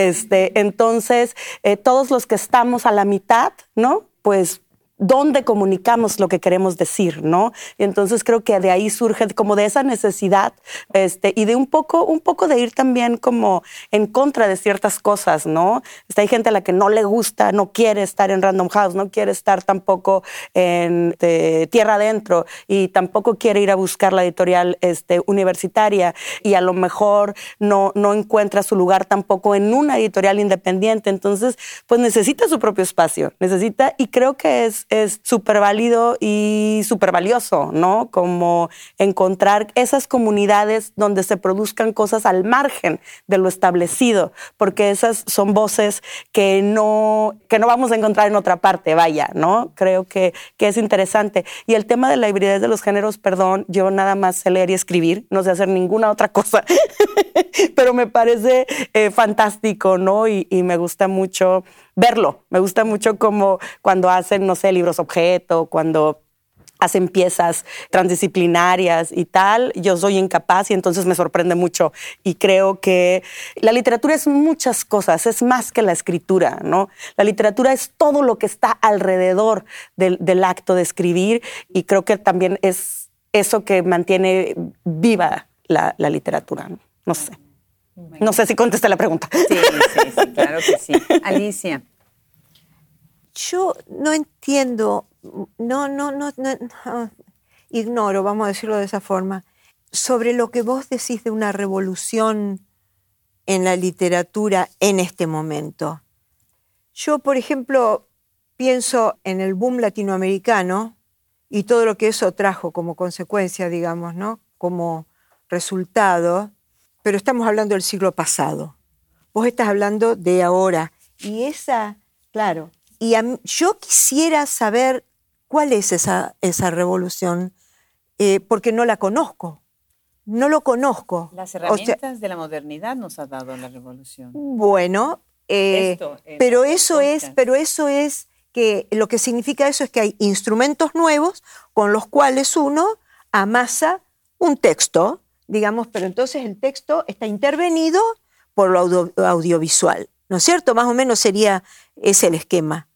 Entonces, todos los que estamos a la mitad, ¿no? Pues dónde comunicamos lo que queremos decir, ¿no? Y entonces creo que de ahí surge como de esa necesidad y de un poco de ir también como en contra de ciertas cosas, ¿no? Hay gente a la que no le gusta, no quiere estar en Random House, no quiere estar tampoco en Tierra Adentro y tampoco quiere ir a buscar la editorial universitaria y a lo mejor no encuentra su lugar tampoco en una editorial independiente. Entonces, pues necesita su propio espacio, y creo que es súper válido y súper valioso, ¿no? Como encontrar esas comunidades donde se produzcan cosas al margen de lo establecido, porque esas son voces que no vamos a encontrar en otra parte, vaya, ¿no? Creo que es interesante. Y el tema de la hibridez de los géneros, perdón, yo nada más sé leer y escribir, no sé hacer ninguna otra cosa, pero me parece fantástico, ¿no? Y me gusta mucho verlo. Me gusta mucho como cuando hacen, no sé, libros objeto, cuando hacen piezas transdisciplinarias y tal. Yo soy incapaz y entonces me sorprende mucho. Y creo que la literatura es muchas cosas, es más que la escritura, ¿no? La literatura es todo lo que está alrededor del acto de escribir y creo que también es eso que mantiene viva la literatura, ¿no? No sé. No sé si contesté la pregunta. Sí, claro que sí. Alicia. Yo no entiendo, no, ignoro, vamos a decirlo de esa forma, sobre lo que vos decís de una revolución en la literatura en este momento. Yo, por ejemplo, pienso en el boom latinoamericano y todo lo que eso trajo como consecuencia, digamos, ¿no? Como resultado. Pero estamos hablando del siglo pasado. Vos estás hablando de ahora. Y claro. Y yo quisiera saber cuál es esa revolución, porque no la conozco. No lo conozco. Las herramientas de la modernidad nos ha dado la revolución. Bueno, pero eso es que lo que significa eso es que hay instrumentos nuevos con los cuales uno amasa un texto, digamos, pero entonces el texto está intervenido por lo audiovisual, ¿no es cierto? Más o menos ese el esquema.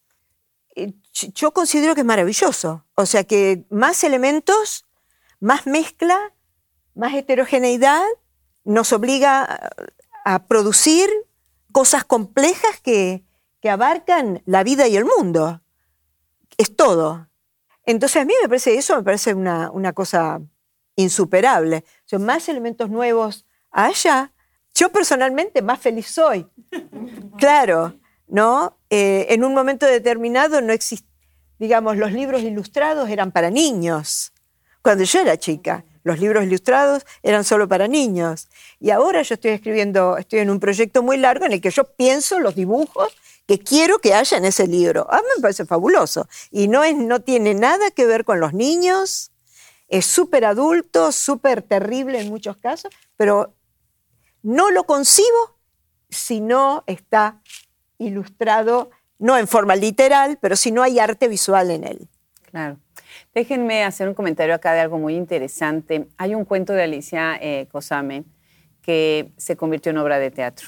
Yo considero que es maravilloso, o sea que más elementos, más mezcla, más heterogeneidad nos obliga a producir cosas complejas que abarcan la vida y el mundo. Es todo. Entonces a mí me parece una cosa insuperable. Son más elementos nuevos haya. Yo personalmente más feliz soy. Claro, ¿no? En un momento determinado no existía, digamos, los libros ilustrados eran para niños. Cuando yo era chica, los libros ilustrados eran solo para niños. Y ahora yo estoy en un proyecto muy largo en el que yo pienso los dibujos que quiero que haya en ese libro. A mí me parece fabuloso. Y no tiene nada que ver con los niños. Es súper adulto, súper terrible en muchos casos, pero no lo concibo si no está ilustrado, no en forma literal, pero si no hay arte visual en él. Claro. Déjenme hacer un comentario acá de algo muy interesante. Hay un cuento de Alicia Cosame que se convirtió en obra de teatro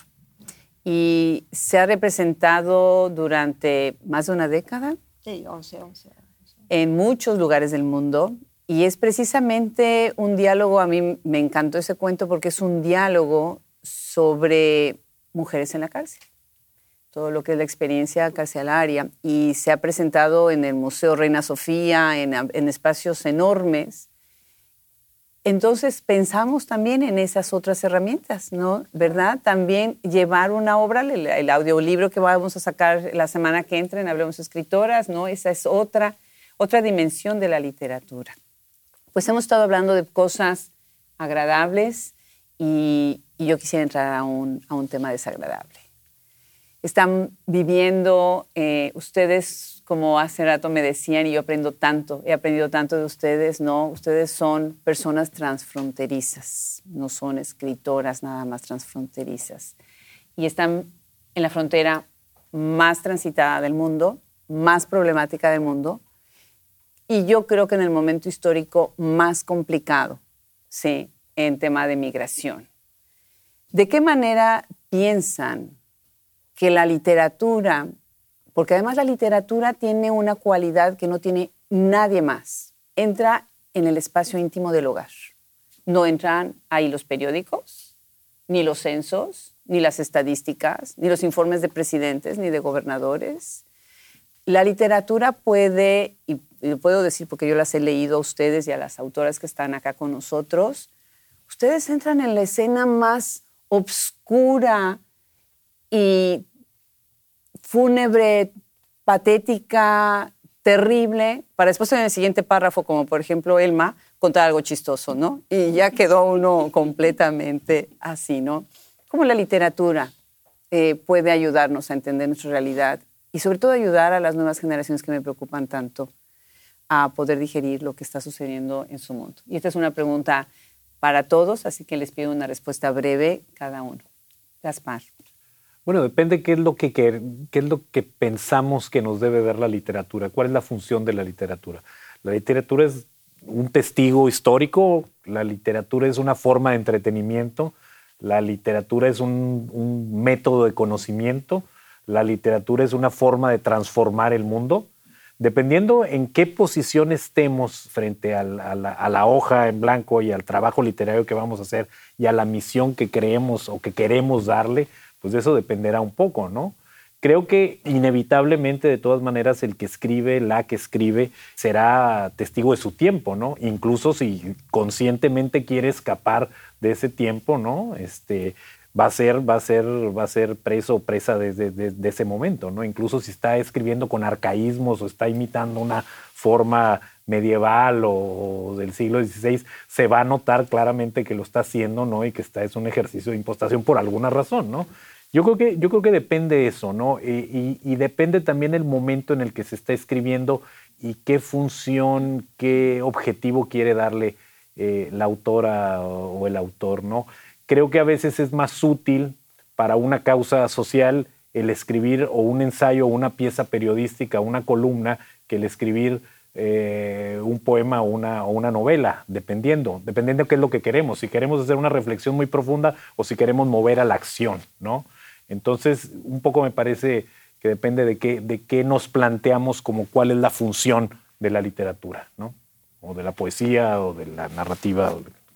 y se ha representado durante más de una década. Sí, 11. En muchos lugares del mundo. Y es precisamente un diálogo, a mí me encantó ese cuento porque es un diálogo sobre mujeres en la cárcel, todo lo que es la experiencia carcelaria, y se ha presentado en el Museo Reina Sofía, en espacios enormes. Entonces pensamos también en esas otras herramientas, ¿no? ¿Verdad? También llevar una obra, el audiolibro que vamos a sacar la semana que entra en Hablemos Escritoras, ¿no? Esa es otra dimensión de la literatura. Pues hemos estado hablando de cosas agradables y yo quisiera entrar a un tema desagradable. Están viviendo, ustedes, como hace rato me decían, y yo he aprendido tanto de ustedes, ¿no? Ustedes son personas transfronterizas, no son escritoras nada más transfronterizas. Y están en la frontera más transitada del mundo, más problemática del mundo, y yo creo que en el momento histórico más complicado, sí, en tema de migración. ¿De qué manera piensan que la literatura, porque además la literatura tiene una cualidad que no tiene nadie más, entra en el espacio íntimo del hogar? No entran ahí los periódicos, ni los censos, ni las estadísticas, ni los informes de presidentes, ni de gobernadores. La literatura puede, y lo puedo decir porque yo las he leído a ustedes y a las autoras que están acá con nosotros, ustedes entran en la escena más obscura y fúnebre, patética, terrible, para después en el siguiente párrafo, como por ejemplo Elma, contar algo chistoso, ¿no? Y ya quedó uno completamente así, ¿no? ¿Cómo la literatura puede ayudarnos a entender nuestra realidad y sobre todo ayudar a las nuevas generaciones que me preocupan tanto a poder digerir lo que está sucediendo en su mundo? Y esta es una pregunta para todos, así que les pido una respuesta breve cada uno. Gaspar. Bueno, depende qué es lo que pensamos que nos debe dar la literatura. ¿Cuál es la función de la literatura? La literatura es un testigo histórico, la literatura es una forma de entretenimiento, la literatura es un método de conocimiento, la literatura es una forma de transformar el mundo. Dependiendo en qué posición estemos frente a la hoja en blanco y al trabajo literario que vamos a hacer y a la misión que creemos o que queremos darle, pues de eso dependerá un poco, ¿no? Creo que inevitablemente, de todas maneras, el que escribe, la que escribe, será testigo de su tiempo, ¿no? Incluso si conscientemente quiere escapar de ese tiempo, ¿no? Va a ser preso o presa de ese momento, ¿no? Incluso si está escribiendo con arcaísmos o está imitando una forma medieval o del siglo XVI, se va a notar claramente que lo está haciendo, ¿no? Y que es un ejercicio de impostación por alguna razón, ¿no? Yo creo que depende eso, ¿no? Y depende también el momento en el que se está escribiendo y qué función, qué objetivo quiere darle la autora o el autor, ¿no? Creo que a veces es más útil para una causa social el escribir o un ensayo o una pieza periodística, una columna, que el escribir un poema o una novela, dependiendo qué es lo que queremos, si queremos hacer una reflexión muy profunda o si queremos mover a la acción, ¿no? Entonces, un poco me parece que depende de qué nos planteamos como cuál es la función de la literatura, ¿no? O de la poesía o de la narrativa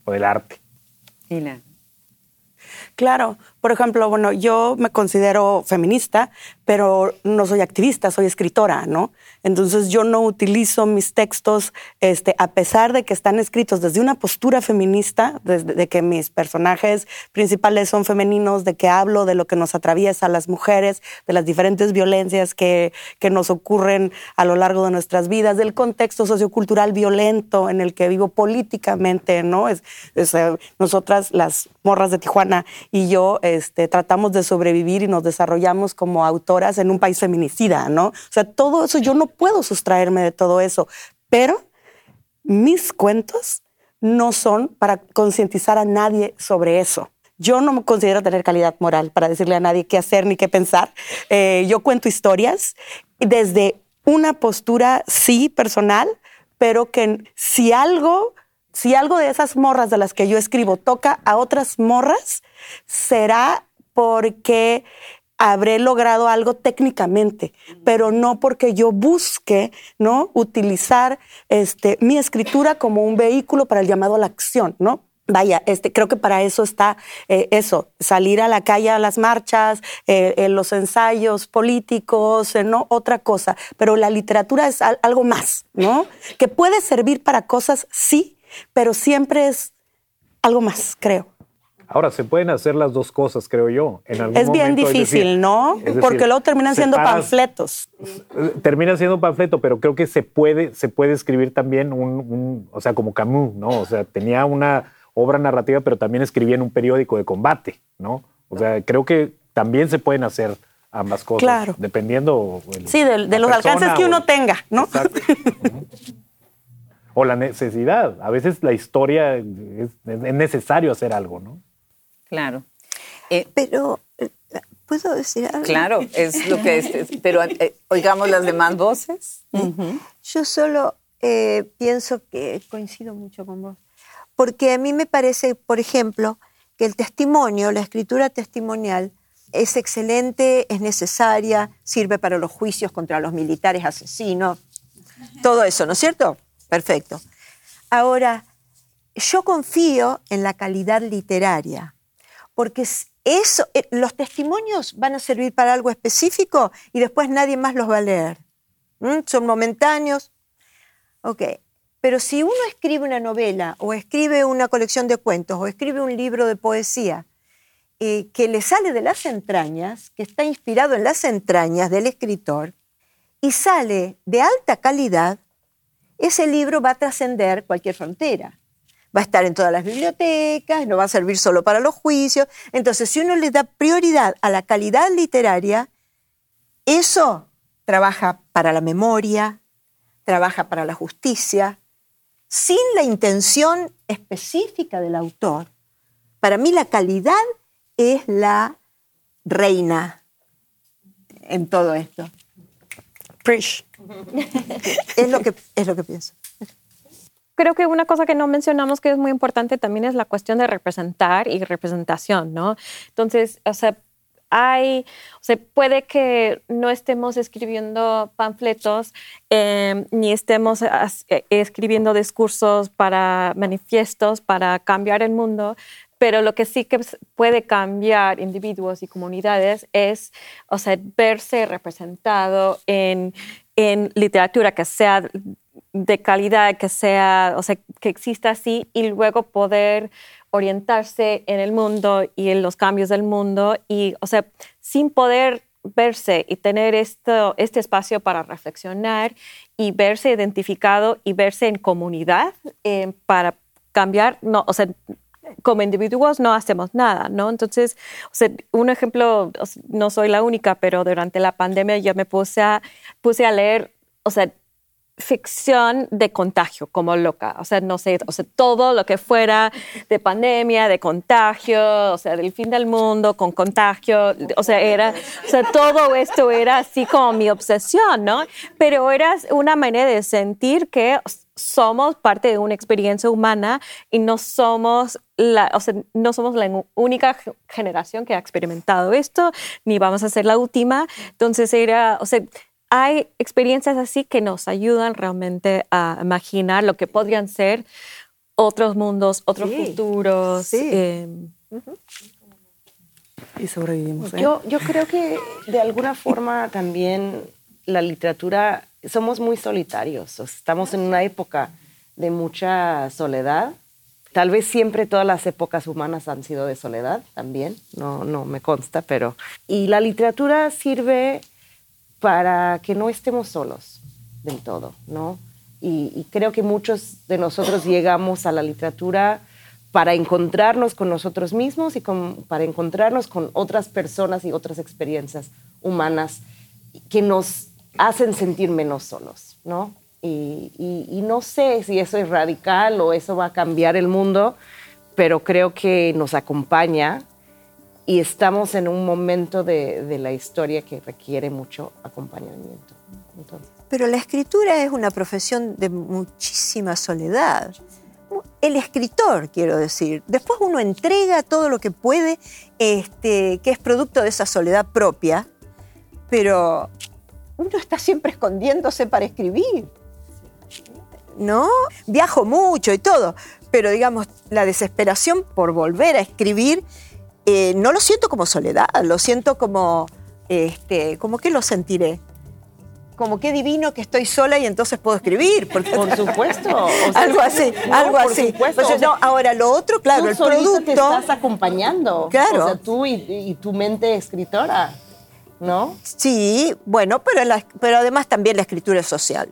o del arte. Ina. Claro, por ejemplo, bueno, yo me considero feminista, pero no soy activista, soy escritora, ¿no? Entonces yo no utilizo mis textos, a pesar de que están escritos desde una postura feminista, de que mis personajes principales son femeninos, de que hablo de lo que nos atraviesa a las mujeres, de las diferentes violencias que nos ocurren a lo largo de nuestras vidas, del contexto sociocultural violento en el que vivo políticamente, ¿no? Nosotras, las morras de Tijuana y yo, tratamos de sobrevivir y nos desarrollamos como autoras en un país feminicida, ¿no? O sea, todo eso, yo no puedo sustraerme de todo eso, pero mis cuentos no son para concientizar a nadie sobre eso. Yo no me considero tener calidad moral para decirle a nadie qué hacer ni qué pensar. Yo cuento historias desde una postura, sí, personal, pero que si algo de esas morras de las que yo escribo toca a otras morras, será porque habré logrado algo técnicamente, pero no porque yo busque, ¿no?, utilizar mi escritura como un vehículo para el llamado a la acción, ¿no? Vaya, creo que para eso está salir a la calle a las marchas, los ensayos políticos, no otra cosa. Pero la literatura es algo más, ¿no? Que puede servir para cosas, sí, pero siempre es algo más, creo. Ahora, se pueden hacer las dos cosas, creo yo. En algún es bien momento, difícil, ¿no? Porque luego terminan siendo panfletos. Termina siendo un panfleto, pero creo que se puede escribir también o sea, como Camus, ¿no? O sea, tenía una obra narrativa, pero también escribía en un periódico de combate, ¿no? O sea, creo que también se pueden hacer ambas cosas. Claro. Dependiendo... Sí, de los alcances que uno tenga, ¿no? Exacto. O la necesidad. A veces la historia es necesario hacer algo, ¿no? Claro. Pero, ¿puedo decir algo? Claro, es lo que es. Pero oigamos las demás voces. Uh-huh. Yo solo pienso que coincido mucho con vos. Porque a mí me parece, por ejemplo, que el testimonio, la escritura testimonial, es excelente, es necesaria, sirve para los juicios contra los militares asesinos, todo eso, ¿no es cierto? Perfecto. Ahora, yo confío en la calidad literaria, porque los testimonios van a servir para algo específico y después nadie más los va a leer. Son momentáneos. Ok. Pero si uno escribe una novela o escribe una colección de cuentos o escribe un libro de poesía que le sale de las entrañas, que está inspirado en las entrañas del escritor y sale de alta calidad, ese libro va a trascender cualquier frontera. Va a estar en todas las bibliotecas, no va a servir solo para los juicios. Entonces, si uno le da prioridad a la calidad literaria, eso trabaja para la memoria, trabaja para la justicia, sin la intención específica del autor. Para mí la calidad es la reina en todo esto. Preach. Es lo que pienso. Creo que una cosa que no mencionamos que es muy importante también es la cuestión de representar y representación, ¿no? Entonces, puede que no estemos escribiendo panfletos ni estemos escribiendo discursos para manifiestos para cambiar el mundo, pero lo que sí que puede cambiar individuos y comunidades es, verse representado en literatura que sea de calidad, que sea, que exista así, y luego poder orientarse en el mundo y en los cambios del mundo y, sin poder verse y tener este espacio para reflexionar y verse identificado y verse en comunidad para cambiar, no, como individuos no hacemos nada, ¿no? Entonces, un ejemplo, no soy la única, pero durante la pandemia yo me puse a leer, ficción de contagio como loca, todo lo que fuera de pandemia, de contagio, del fin del mundo con contagio, todo esto era así como mi obsesión, ¿no? Pero era una manera de sentir que somos parte de una experiencia humana y no somos la única generación que ha experimentado esto, ni vamos a ser la última. Entonces hay experiencias así que nos ayudan realmente a imaginar lo que podrían ser otros mundos, otros Sí. futuros. Sí. Y sobrevivimos. Yo creo que de alguna forma también la literatura, somos muy solitarios. Estamos en una época de mucha soledad. Tal vez siempre todas las épocas humanas han sido de soledad también, no me consta, pero... Y la literatura sirve para que no estemos solos del todo, ¿no? Y creo que muchos de nosotros llegamos a la literatura para encontrarnos con nosotros mismos y para encontrarnos con otras personas y otras experiencias humanas que nos hacen sentir menos solos, ¿no? Y no sé si eso es radical o eso va a cambiar el mundo, pero creo que nos acompaña y estamos en un momento de la historia que requiere mucho acompañamiento. Entonces, Pero la escritura es una profesión de muchísima soledad. El escritor, quiero decir. Después uno entrega todo lo que puede, que es producto de esa soledad propia, pero uno está siempre escondiéndose para escribir. ¿No? Viajo mucho y todo, pero digamos, la desesperación por volver a escribir, no lo siento como soledad, lo siento como que lo sentiré. Como qué divino que estoy sola y entonces puedo escribir. Porque por supuesto. O sea, algo así, no, algo por así. supuesto, Entonces, o sea, no, ahora lo otro, claro, tú el solita producto. te estás acompañando. Claro. O sea, tú y tu mente escritora, ¿no? Sí, bueno, pero además también la escritura es social.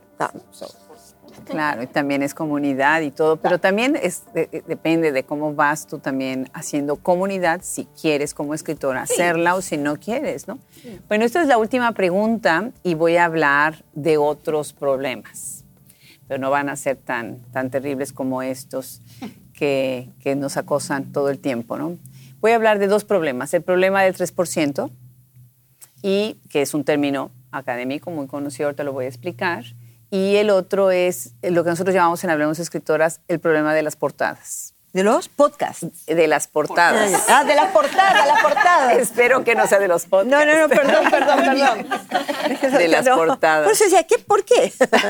Claro, y también es comunidad y todo, pero también depende de cómo vas tú también haciendo comunidad, si quieres como escritora hacerla o si no quieres, ¿no? Bueno, esta es la última pregunta y voy a hablar de otros problemas, pero no van a ser tan terribles como estos que nos acosan todo el tiempo, ¿no? Voy a hablar de dos problemas, el problema del 3%, y que es un término académico muy conocido, ahorita lo voy a explicar. Y el otro es lo que nosotros llamamos en Hablemos Escritoras el problema de las portadas. ¿De los podcasts? De las portadas. De las portadas. Espero que no sea de los podcasts. No, perdón. De las portadas. Por eso decía, ¿por qué?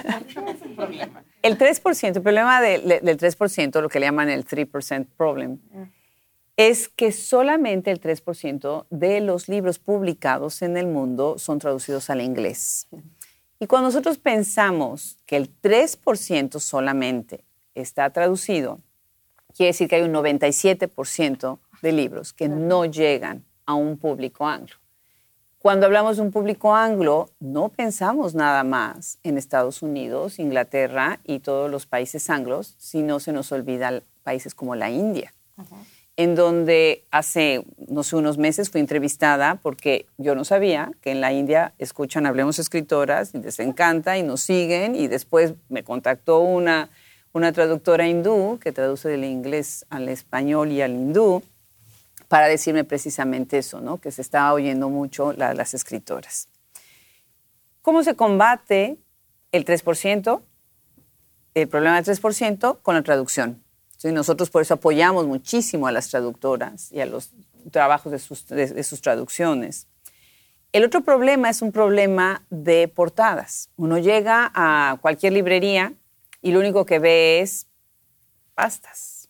El 3%, el problema del 3%, lo que le llaman el 3% problem, es que solamente el 3% de los libros publicados en el mundo son traducidos al inglés. Y cuando nosotros pensamos que el 3% solamente está traducido, quiere decir que hay un 97% de libros que no llegan a un público anglo. Cuando hablamos de un público anglo, no pensamos nada más en Estados Unidos, Inglaterra y todos los países anglos, sino se nos olvidan países como la India. En donde hace, no sé, unos meses fui entrevistada porque yo no sabía que en la India escuchan Hablemos Escritoras y les encanta y nos siguen, y después me contactó una traductora hindú que traduce del inglés al español y al hindú para decirme precisamente eso, ¿no? Que se estaba oyendo mucho las escritoras. ¿Cómo se combate el 3%, el problema del 3%? Con la traducción. ¿Sí? Nosotros por eso apoyamos muchísimo a las traductoras y a los trabajos de sus traducciones. El otro problema es un problema de portadas. Uno llega a cualquier librería y lo único que ve es pastas.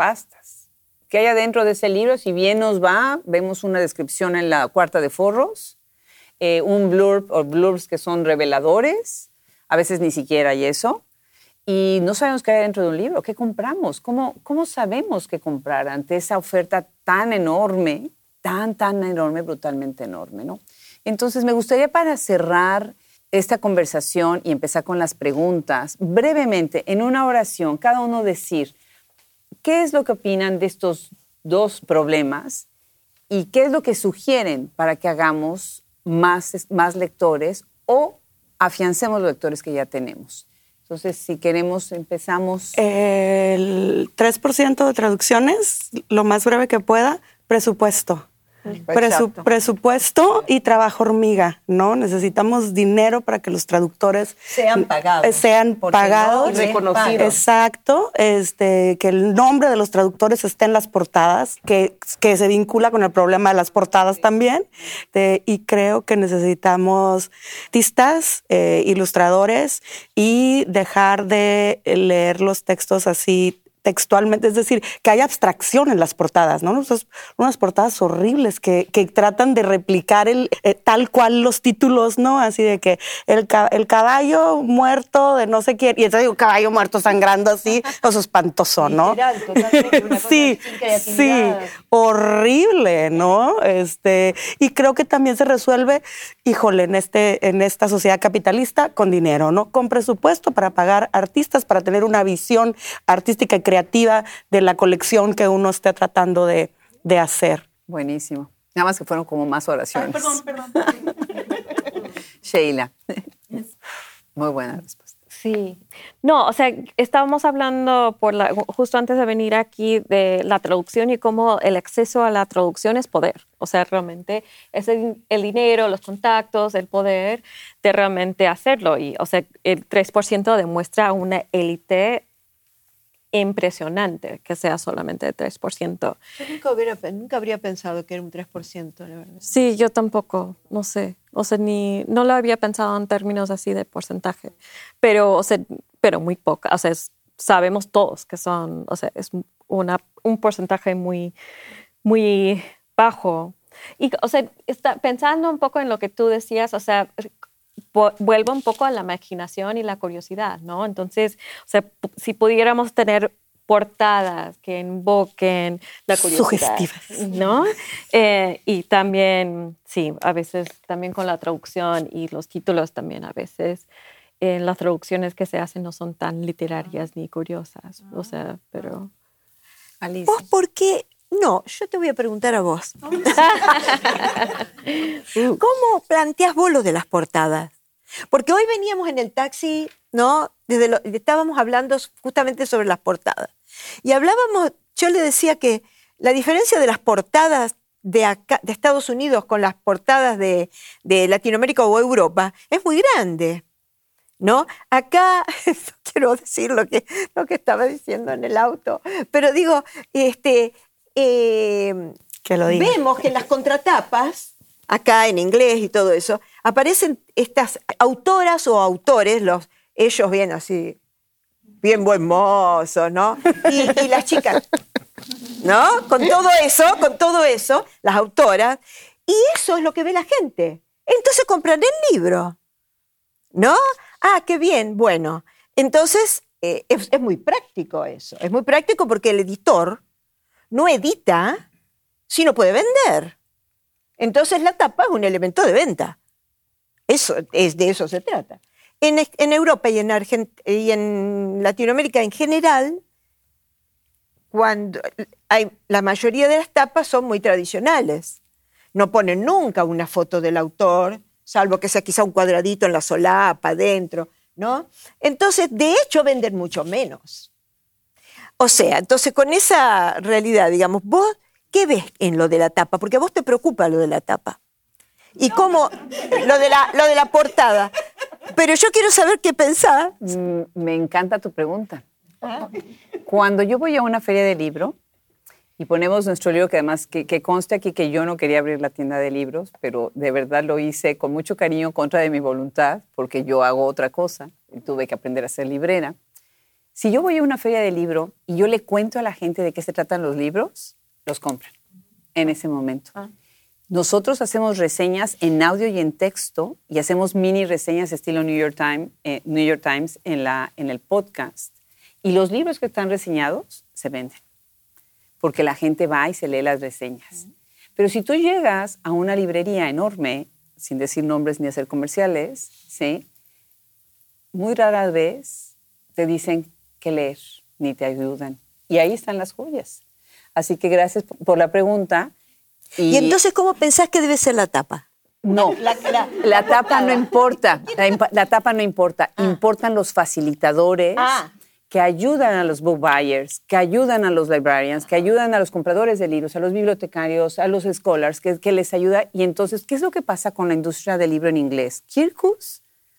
¿Qué hay adentro de ese libro? Si bien nos va, vemos una descripción en la cuarta de forros, un blurb o blurbs que son reveladores, a veces ni siquiera hay eso. Y no sabemos qué hay dentro de un libro. ¿Qué compramos? ¿Cómo sabemos qué comprar ante esa oferta tan enorme, tan enorme, brutalmente enorme, ¿no? Entonces, me gustaría para cerrar esta conversación y empezar con las preguntas, brevemente, en una oración, cada uno decir qué es lo que opinan de estos dos problemas y qué es lo que sugieren para que hagamos más lectores o afiancemos los lectores que ya tenemos. Entonces, si queremos, empezamos. El 3% de traducciones, lo más breve que pueda, presupuesto. Presupuesto y trabajo hormiga, ¿no? Necesitamos dinero para que los traductores sean pagados. Y reconocidos. Exacto. Que el nombre de los traductores esté en las portadas, que se vincula con el problema de las portadas también. Y creo que necesitamos artistas, ilustradores, y dejar de leer los textos así textualmente, es decir, que hay abstracción en las portadas, ¿no? Unas portadas horribles que tratan de replicar tal cual los títulos, ¿no? Así de que el caballo muerto de no sé quién, y entonces digo, caballo muerto sangrando así, eso es espantoso, ¿no? Literal, totalmente, una cosa Sí, sin creatividad. sí, horrible, ¿no? Y creo que también se resuelve, híjole, en esta sociedad capitalista con dinero, ¿no? Con presupuesto para pagar artistas, para tener una visión artística y creativa de la colección que uno esté tratando de hacer. Buenísimo. Nada más que fueron como más oraciones. Perdón. Sheila. Muy buena respuesta. Sí. No, o sea, estábamos hablando justo antes de venir aquí de la traducción y cómo el acceso a la traducción es poder. O sea, realmente es el dinero, los contactos, el poder de realmente hacerlo. Y, o sea, el 3% demuestra una élite impresionante que sea solamente el 3%. Yo nunca habría pensado que era un 3%, la verdad. Sí, yo tampoco, no sé. O sea, no lo había pensado en términos así de porcentaje. Pero muy poca. O sea, sabemos todos que son, o sea, es un porcentaje muy, muy bajo. Y, o sea, pensando un poco en lo que tú decías, o sea, vuelvo un poco a la imaginación y la curiosidad, ¿no? Entonces, o sea, si pudiéramos tener portadas que invoquen la curiosidad, sugestivas, ¿no? Y también, sí, a veces también con la traducción y los títulos también a veces las traducciones que se hacen no son tan literarias ni curiosas, o sea, pero... Alicia. ¿Vos por qué? No, yo te voy a preguntar a vos. ¿Cómo planteás vos lo de las portadas? Porque hoy veníamos en el taxi, ¿no? Estábamos hablando justamente sobre las portadas. Y yo le decía que la diferencia de las portadas de Estados Unidos con las portadas de Latinoamérica o Europa es muy grande, ¿no? Acá, no quiero decir lo que estaba diciendo en el auto, pero digo, que lo diga. vemos que en las contratapas, acá en inglés y todo eso, aparecen estas autoras o autores, ellos bien así, bien buen mozo, ¿no? Y las chicas, ¿no? Con todo eso, las autoras, y eso es lo que ve la gente. Entonces compran el libro, ¿no? Ah, qué bien, bueno. Entonces, es muy práctico eso. Es muy práctico porque el editor no edita si no puede vender. Entonces la tapa es un elemento de venta. De eso se trata. En Europa y en Latinoamérica en general, la mayoría de las tapas son muy tradicionales. No ponen nunca una foto del autor, salvo que sea quizá un cuadradito en la solapa, adentro, ¿no? Entonces, de hecho, venden mucho menos. O sea, entonces con esa realidad, digamos, vos, ¿qué ves en lo de la tapa? Porque a vos te preocupa lo de la tapa. Y cómo, lo de la portada. Pero yo quiero saber qué pensás. Me encanta tu pregunta. Cuando yo voy a una feria de libro y ponemos nuestro libro, que además que conste aquí que yo no quería abrir la tienda de libros, pero de verdad lo hice con mucho cariño, contra de mi voluntad, porque yo hago otra cosa y tuve que aprender a ser librera. Si yo voy a una feria de libro y yo le cuento a la gente de qué se tratan los libros, los compran en ese momento. Nosotros hacemos reseñas en audio y en texto y hacemos mini reseñas estilo New York Times en el podcast. Y los libros que están reseñados se venden porque la gente va y se lee las reseñas. Pero si tú llegas a una librería enorme, sin decir nombres ni hacer comerciales, ¿sí? Muy rara vez te dicen qué leer, ni te ayudan. Y ahí están las joyas. Así que gracias por la pregunta. Y entonces, ¿cómo pensás que debe ser la tapa? No, la tapa no importa. La tapa no importa. Importan los facilitadores que ayudan a los book buyers, que ayudan a los librarians, que ayudan a los compradores de libros, a los bibliotecarios, a los scholars, que les ayuda. Y entonces, ¿qué es lo que pasa con la industria del libro en inglés? Kirkus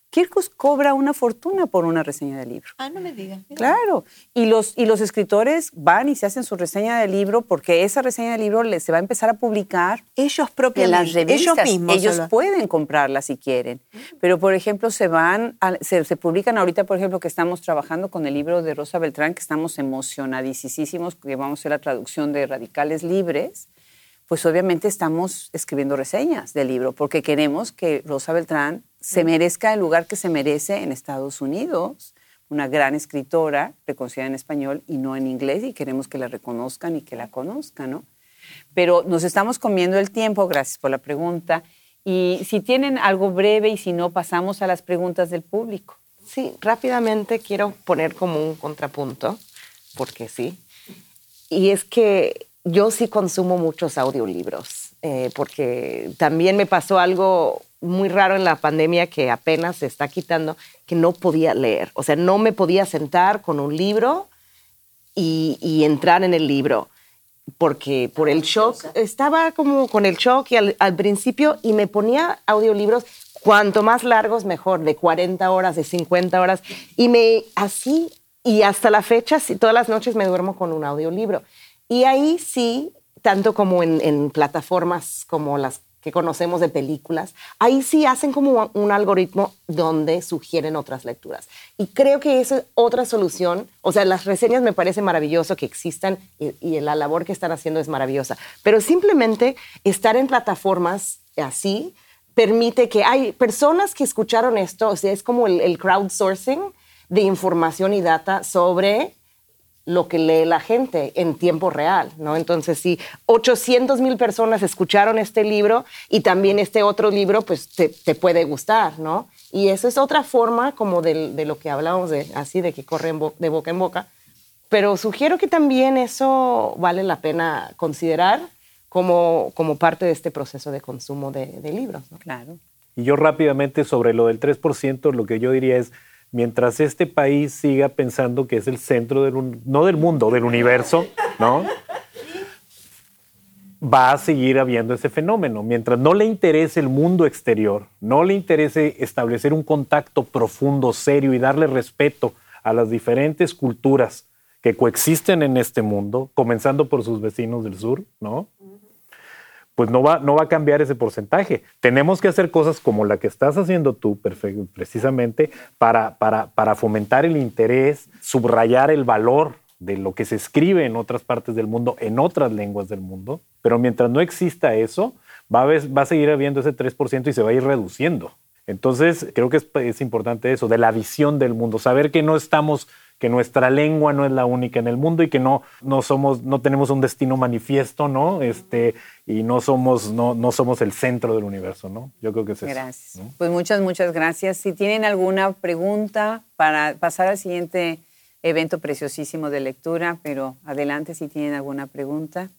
Kirkus cobra una fortuna por una reseña de libro. Ah, no me digas. Claro. Y los escritores van y se hacen su reseña de libro porque esa reseña de libro se va a empezar a publicar Ellos en propiamente, las revistas. ellos mismos. Ellos solo. pueden comprarla si quieren. Pero, por ejemplo, se publican ahorita, por ejemplo, que estamos trabajando con el libro de Rosa Beltrán, que estamos emocionadísimos, que vamos a hacer la traducción de Radicales Libres. Pues obviamente estamos escribiendo reseñas del libro porque queremos que Rosa Beltrán se merezca el lugar que se merece en Estados Unidos, una gran escritora reconocida en español y no en inglés, y queremos que la reconozcan y que la conozcan, ¿no? Pero nos estamos comiendo el tiempo, gracias por la pregunta, y si tienen algo breve y si no, pasamos a las preguntas del público. Sí, rápidamente quiero poner como un contrapunto, porque sí, y es que yo sí consumo muchos audiolibros, porque también me pasó algo muy raro en la pandemia que apenas se está quitando, que no podía leer. O sea, no me podía sentar con un libro y entrar en el libro, porque por el shock, estaba como con el shock y al principio, y me ponía audiolibros cuanto más largos mejor, de 40 horas, de 50 horas, así, y hasta la fecha, todas las noches me duermo con un audiolibro. Y ahí sí, tanto como en plataformas como las que conocemos de películas, ahí sí hacen como un algoritmo donde sugieren otras lecturas. Y creo que esa es otra solución. O sea, las reseñas me parece maravilloso que existan y la labor que están haciendo es maravillosa. Pero simplemente estar en plataformas así permite que hay personas que escucharon esto, o sea, es como el crowdsourcing de información y data sobre lo que lee la gente en tiempo real, ¿no? Entonces, si 800,000 personas escucharon este libro y también este otro libro, pues te puede gustar, ¿no? Y eso es otra forma como de lo que hablábamos, de que corre de boca en boca. Pero sugiero que también eso vale la pena considerar como parte de este proceso de consumo de libros, ¿no? Claro. Y yo rápidamente sobre lo del 3%, lo que yo diría es, mientras este país siga pensando que es el centro no del mundo, del universo, ¿no? Va a seguir habiendo ese fenómeno. Mientras no le interese el mundo exterior, no le interese establecer un contacto profundo, serio y darle respeto a las diferentes culturas que coexisten en este mundo, comenzando por sus vecinos del sur, ¿no? Pues no va a cambiar ese porcentaje. Tenemos que hacer cosas como la que estás haciendo tú, precisamente, para fomentar el interés, subrayar el valor de lo que se escribe en otras partes del mundo, en otras lenguas del mundo. Pero mientras no exista eso, va a seguir habiendo ese 3% y se va a ir reduciendo. Entonces, creo que es importante eso, de la visión del mundo, saber que que nuestra lengua no es la única en el mundo y que no tenemos un destino manifiesto, ¿no? Y no somos el centro del universo, ¿no? Yo creo que es eso. Gracias. ¿No? Pues muchas gracias. Si tienen alguna pregunta para pasar al siguiente evento preciosísimo de lectura, pero adelante si tienen alguna pregunta.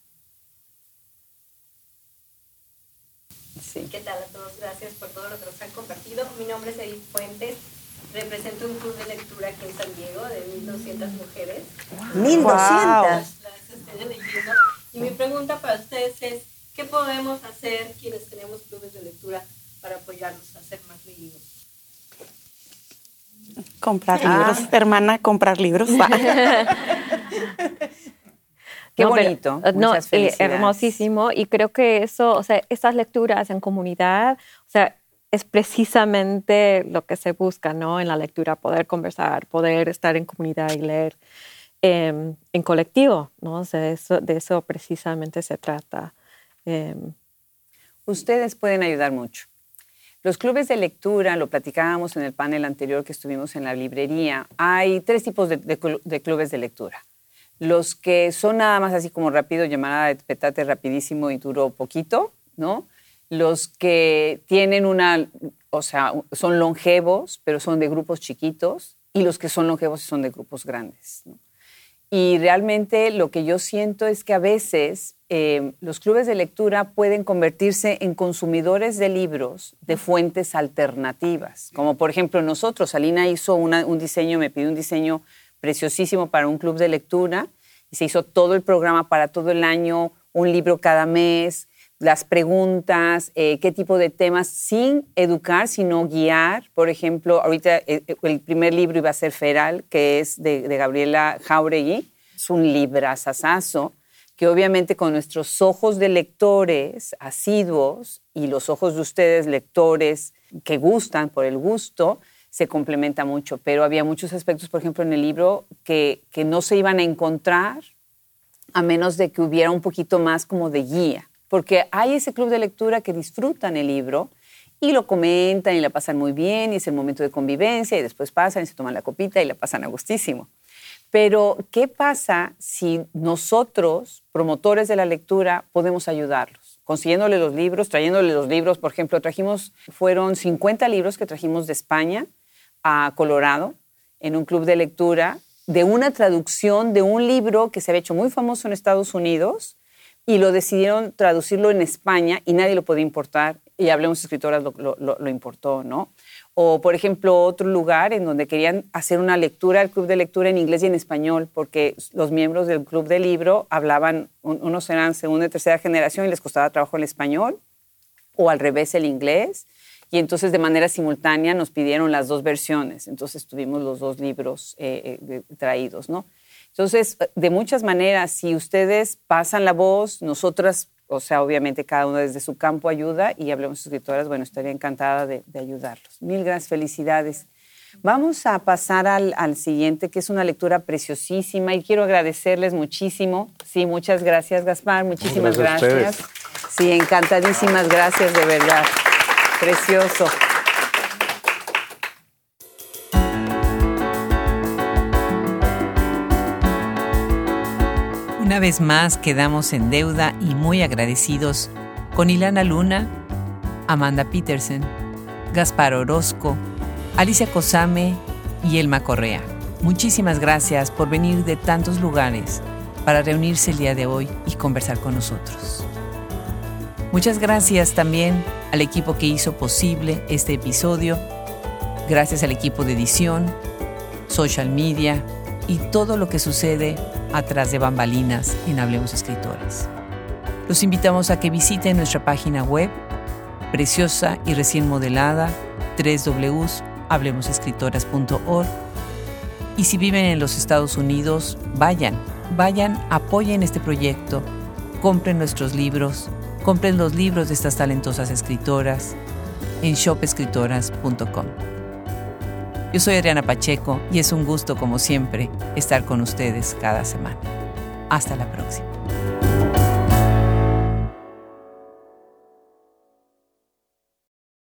Sí. ¿Qué tal a todos? Gracias por todo lo que nos han compartido. Mi nombre es Edith Fuentes. Represento un club de lectura aquí en San Diego de 1,200 mujeres. Wow. 1,200. Las estoy eligiendo. Y mi pregunta para ustedes es, ¿qué podemos hacer quienes tenemos clubes de lectura para apoyarlos a ser más leídos? Comprar libros, hermana, comprar libros. Qué bonito. Muchas felicidades. Hermosísimo. Y creo que eso, o sea, estas lecturas en comunidad, o sea, es precisamente lo que se busca, ¿no? En la lectura, poder conversar, poder estar en comunidad y leer en colectivo, ¿no? O sea, de eso precisamente se trata. Ustedes pueden ayudar mucho. Los clubes de lectura, lo platicábamos en el panel anterior que estuvimos en la librería, hay 3 tipos de clubes de lectura. Los que son nada más así como rápido, llamada de petate rapidísimo y duró poquito, ¿no? Los que tienen son longevos, pero son de grupos chiquitos, y los que son longevos son de grupos grandes, ¿no? Y realmente lo que yo siento es que a veces los clubes de lectura pueden convertirse en consumidores de libros de fuentes alternativas. Como por ejemplo nosotros, Alina hizo un diseño, me pidió un diseño preciosísimo para un club de lectura y se hizo todo el programa para todo el año, un libro cada mes, las preguntas, qué tipo de temas, sin educar, sino guiar. Por ejemplo, ahorita el primer libro iba a ser Feral, que es de Gabriela Jáuregui. Es un librazazazo que obviamente con nuestros ojos de lectores asiduos y los ojos de ustedes, lectores que gustan por el gusto, se complementa mucho. Pero había muchos aspectos, por ejemplo, en el libro que no se iban a encontrar a menos de que hubiera un poquito más como de guía. Porque hay ese club de lectura que disfrutan el libro y lo comentan y la pasan muy bien y es el momento de convivencia y después pasan y se toman la copita y la pasan a gustísimo. Pero, ¿qué pasa si nosotros, promotores de la lectura, podemos ayudarlos? Consiguiéndole los libros, trayéndole los libros. Por ejemplo, fueron 50 libros que trajimos de España a Colorado en un club de lectura de una traducción de un libro que se había hecho muy famoso en Estados Unidos y lo decidieron traducirlo en España y nadie lo podía importar. Y Hablemos Escritoras lo importó, ¿no? O, por ejemplo, otro lugar en donde querían hacer una lectura, el club de lectura en inglés y en español, porque los miembros del club de libro hablaban, unos eran segunda y tercera generación y les costaba trabajo el español, o al revés el inglés. Y entonces de manera simultánea nos pidieron las dos versiones. Entonces tuvimos los dos libros traídos, ¿no? Entonces, de muchas maneras, si ustedes pasan la voz, nosotras, o sea, obviamente cada uno desde su campo ayuda y Hablemos Escritoras, bueno, estaría encantada de ayudarlos. Mil gracias, felicidades. Vamos a pasar al siguiente, que es una lectura preciosísima y quiero agradecerles muchísimo. Sí, muchas gracias, Gaspar, muchísimas gracias. Sí, encantadísimas gracias, de verdad. Precioso. Una vez más quedamos en deuda y muy agradecidos con Ilana Luna, Amanda Petersen, Gaspar Orozco, Alicia Cosame y Elma Correa. Muchísimas gracias por venir de tantos lugares para reunirse el día de hoy y conversar con nosotros. Muchas gracias también al equipo que hizo posible este episodio. Gracias al equipo de edición, social media y todo lo que sucede atrás de bambalinas en Hablemos Escritoras. Los invitamos a que visiten nuestra página web, preciosa y recién modelada, www.hablemosescritoras.org. Y si viven en los Estados Unidos, vayan, apoyen este proyecto, compren nuestros libros, compren los libros de estas talentosas escritoras en shopescritoras.com. Yo soy Adriana Pacheco y es un gusto, como siempre, estar con ustedes cada semana. Hasta la próxima.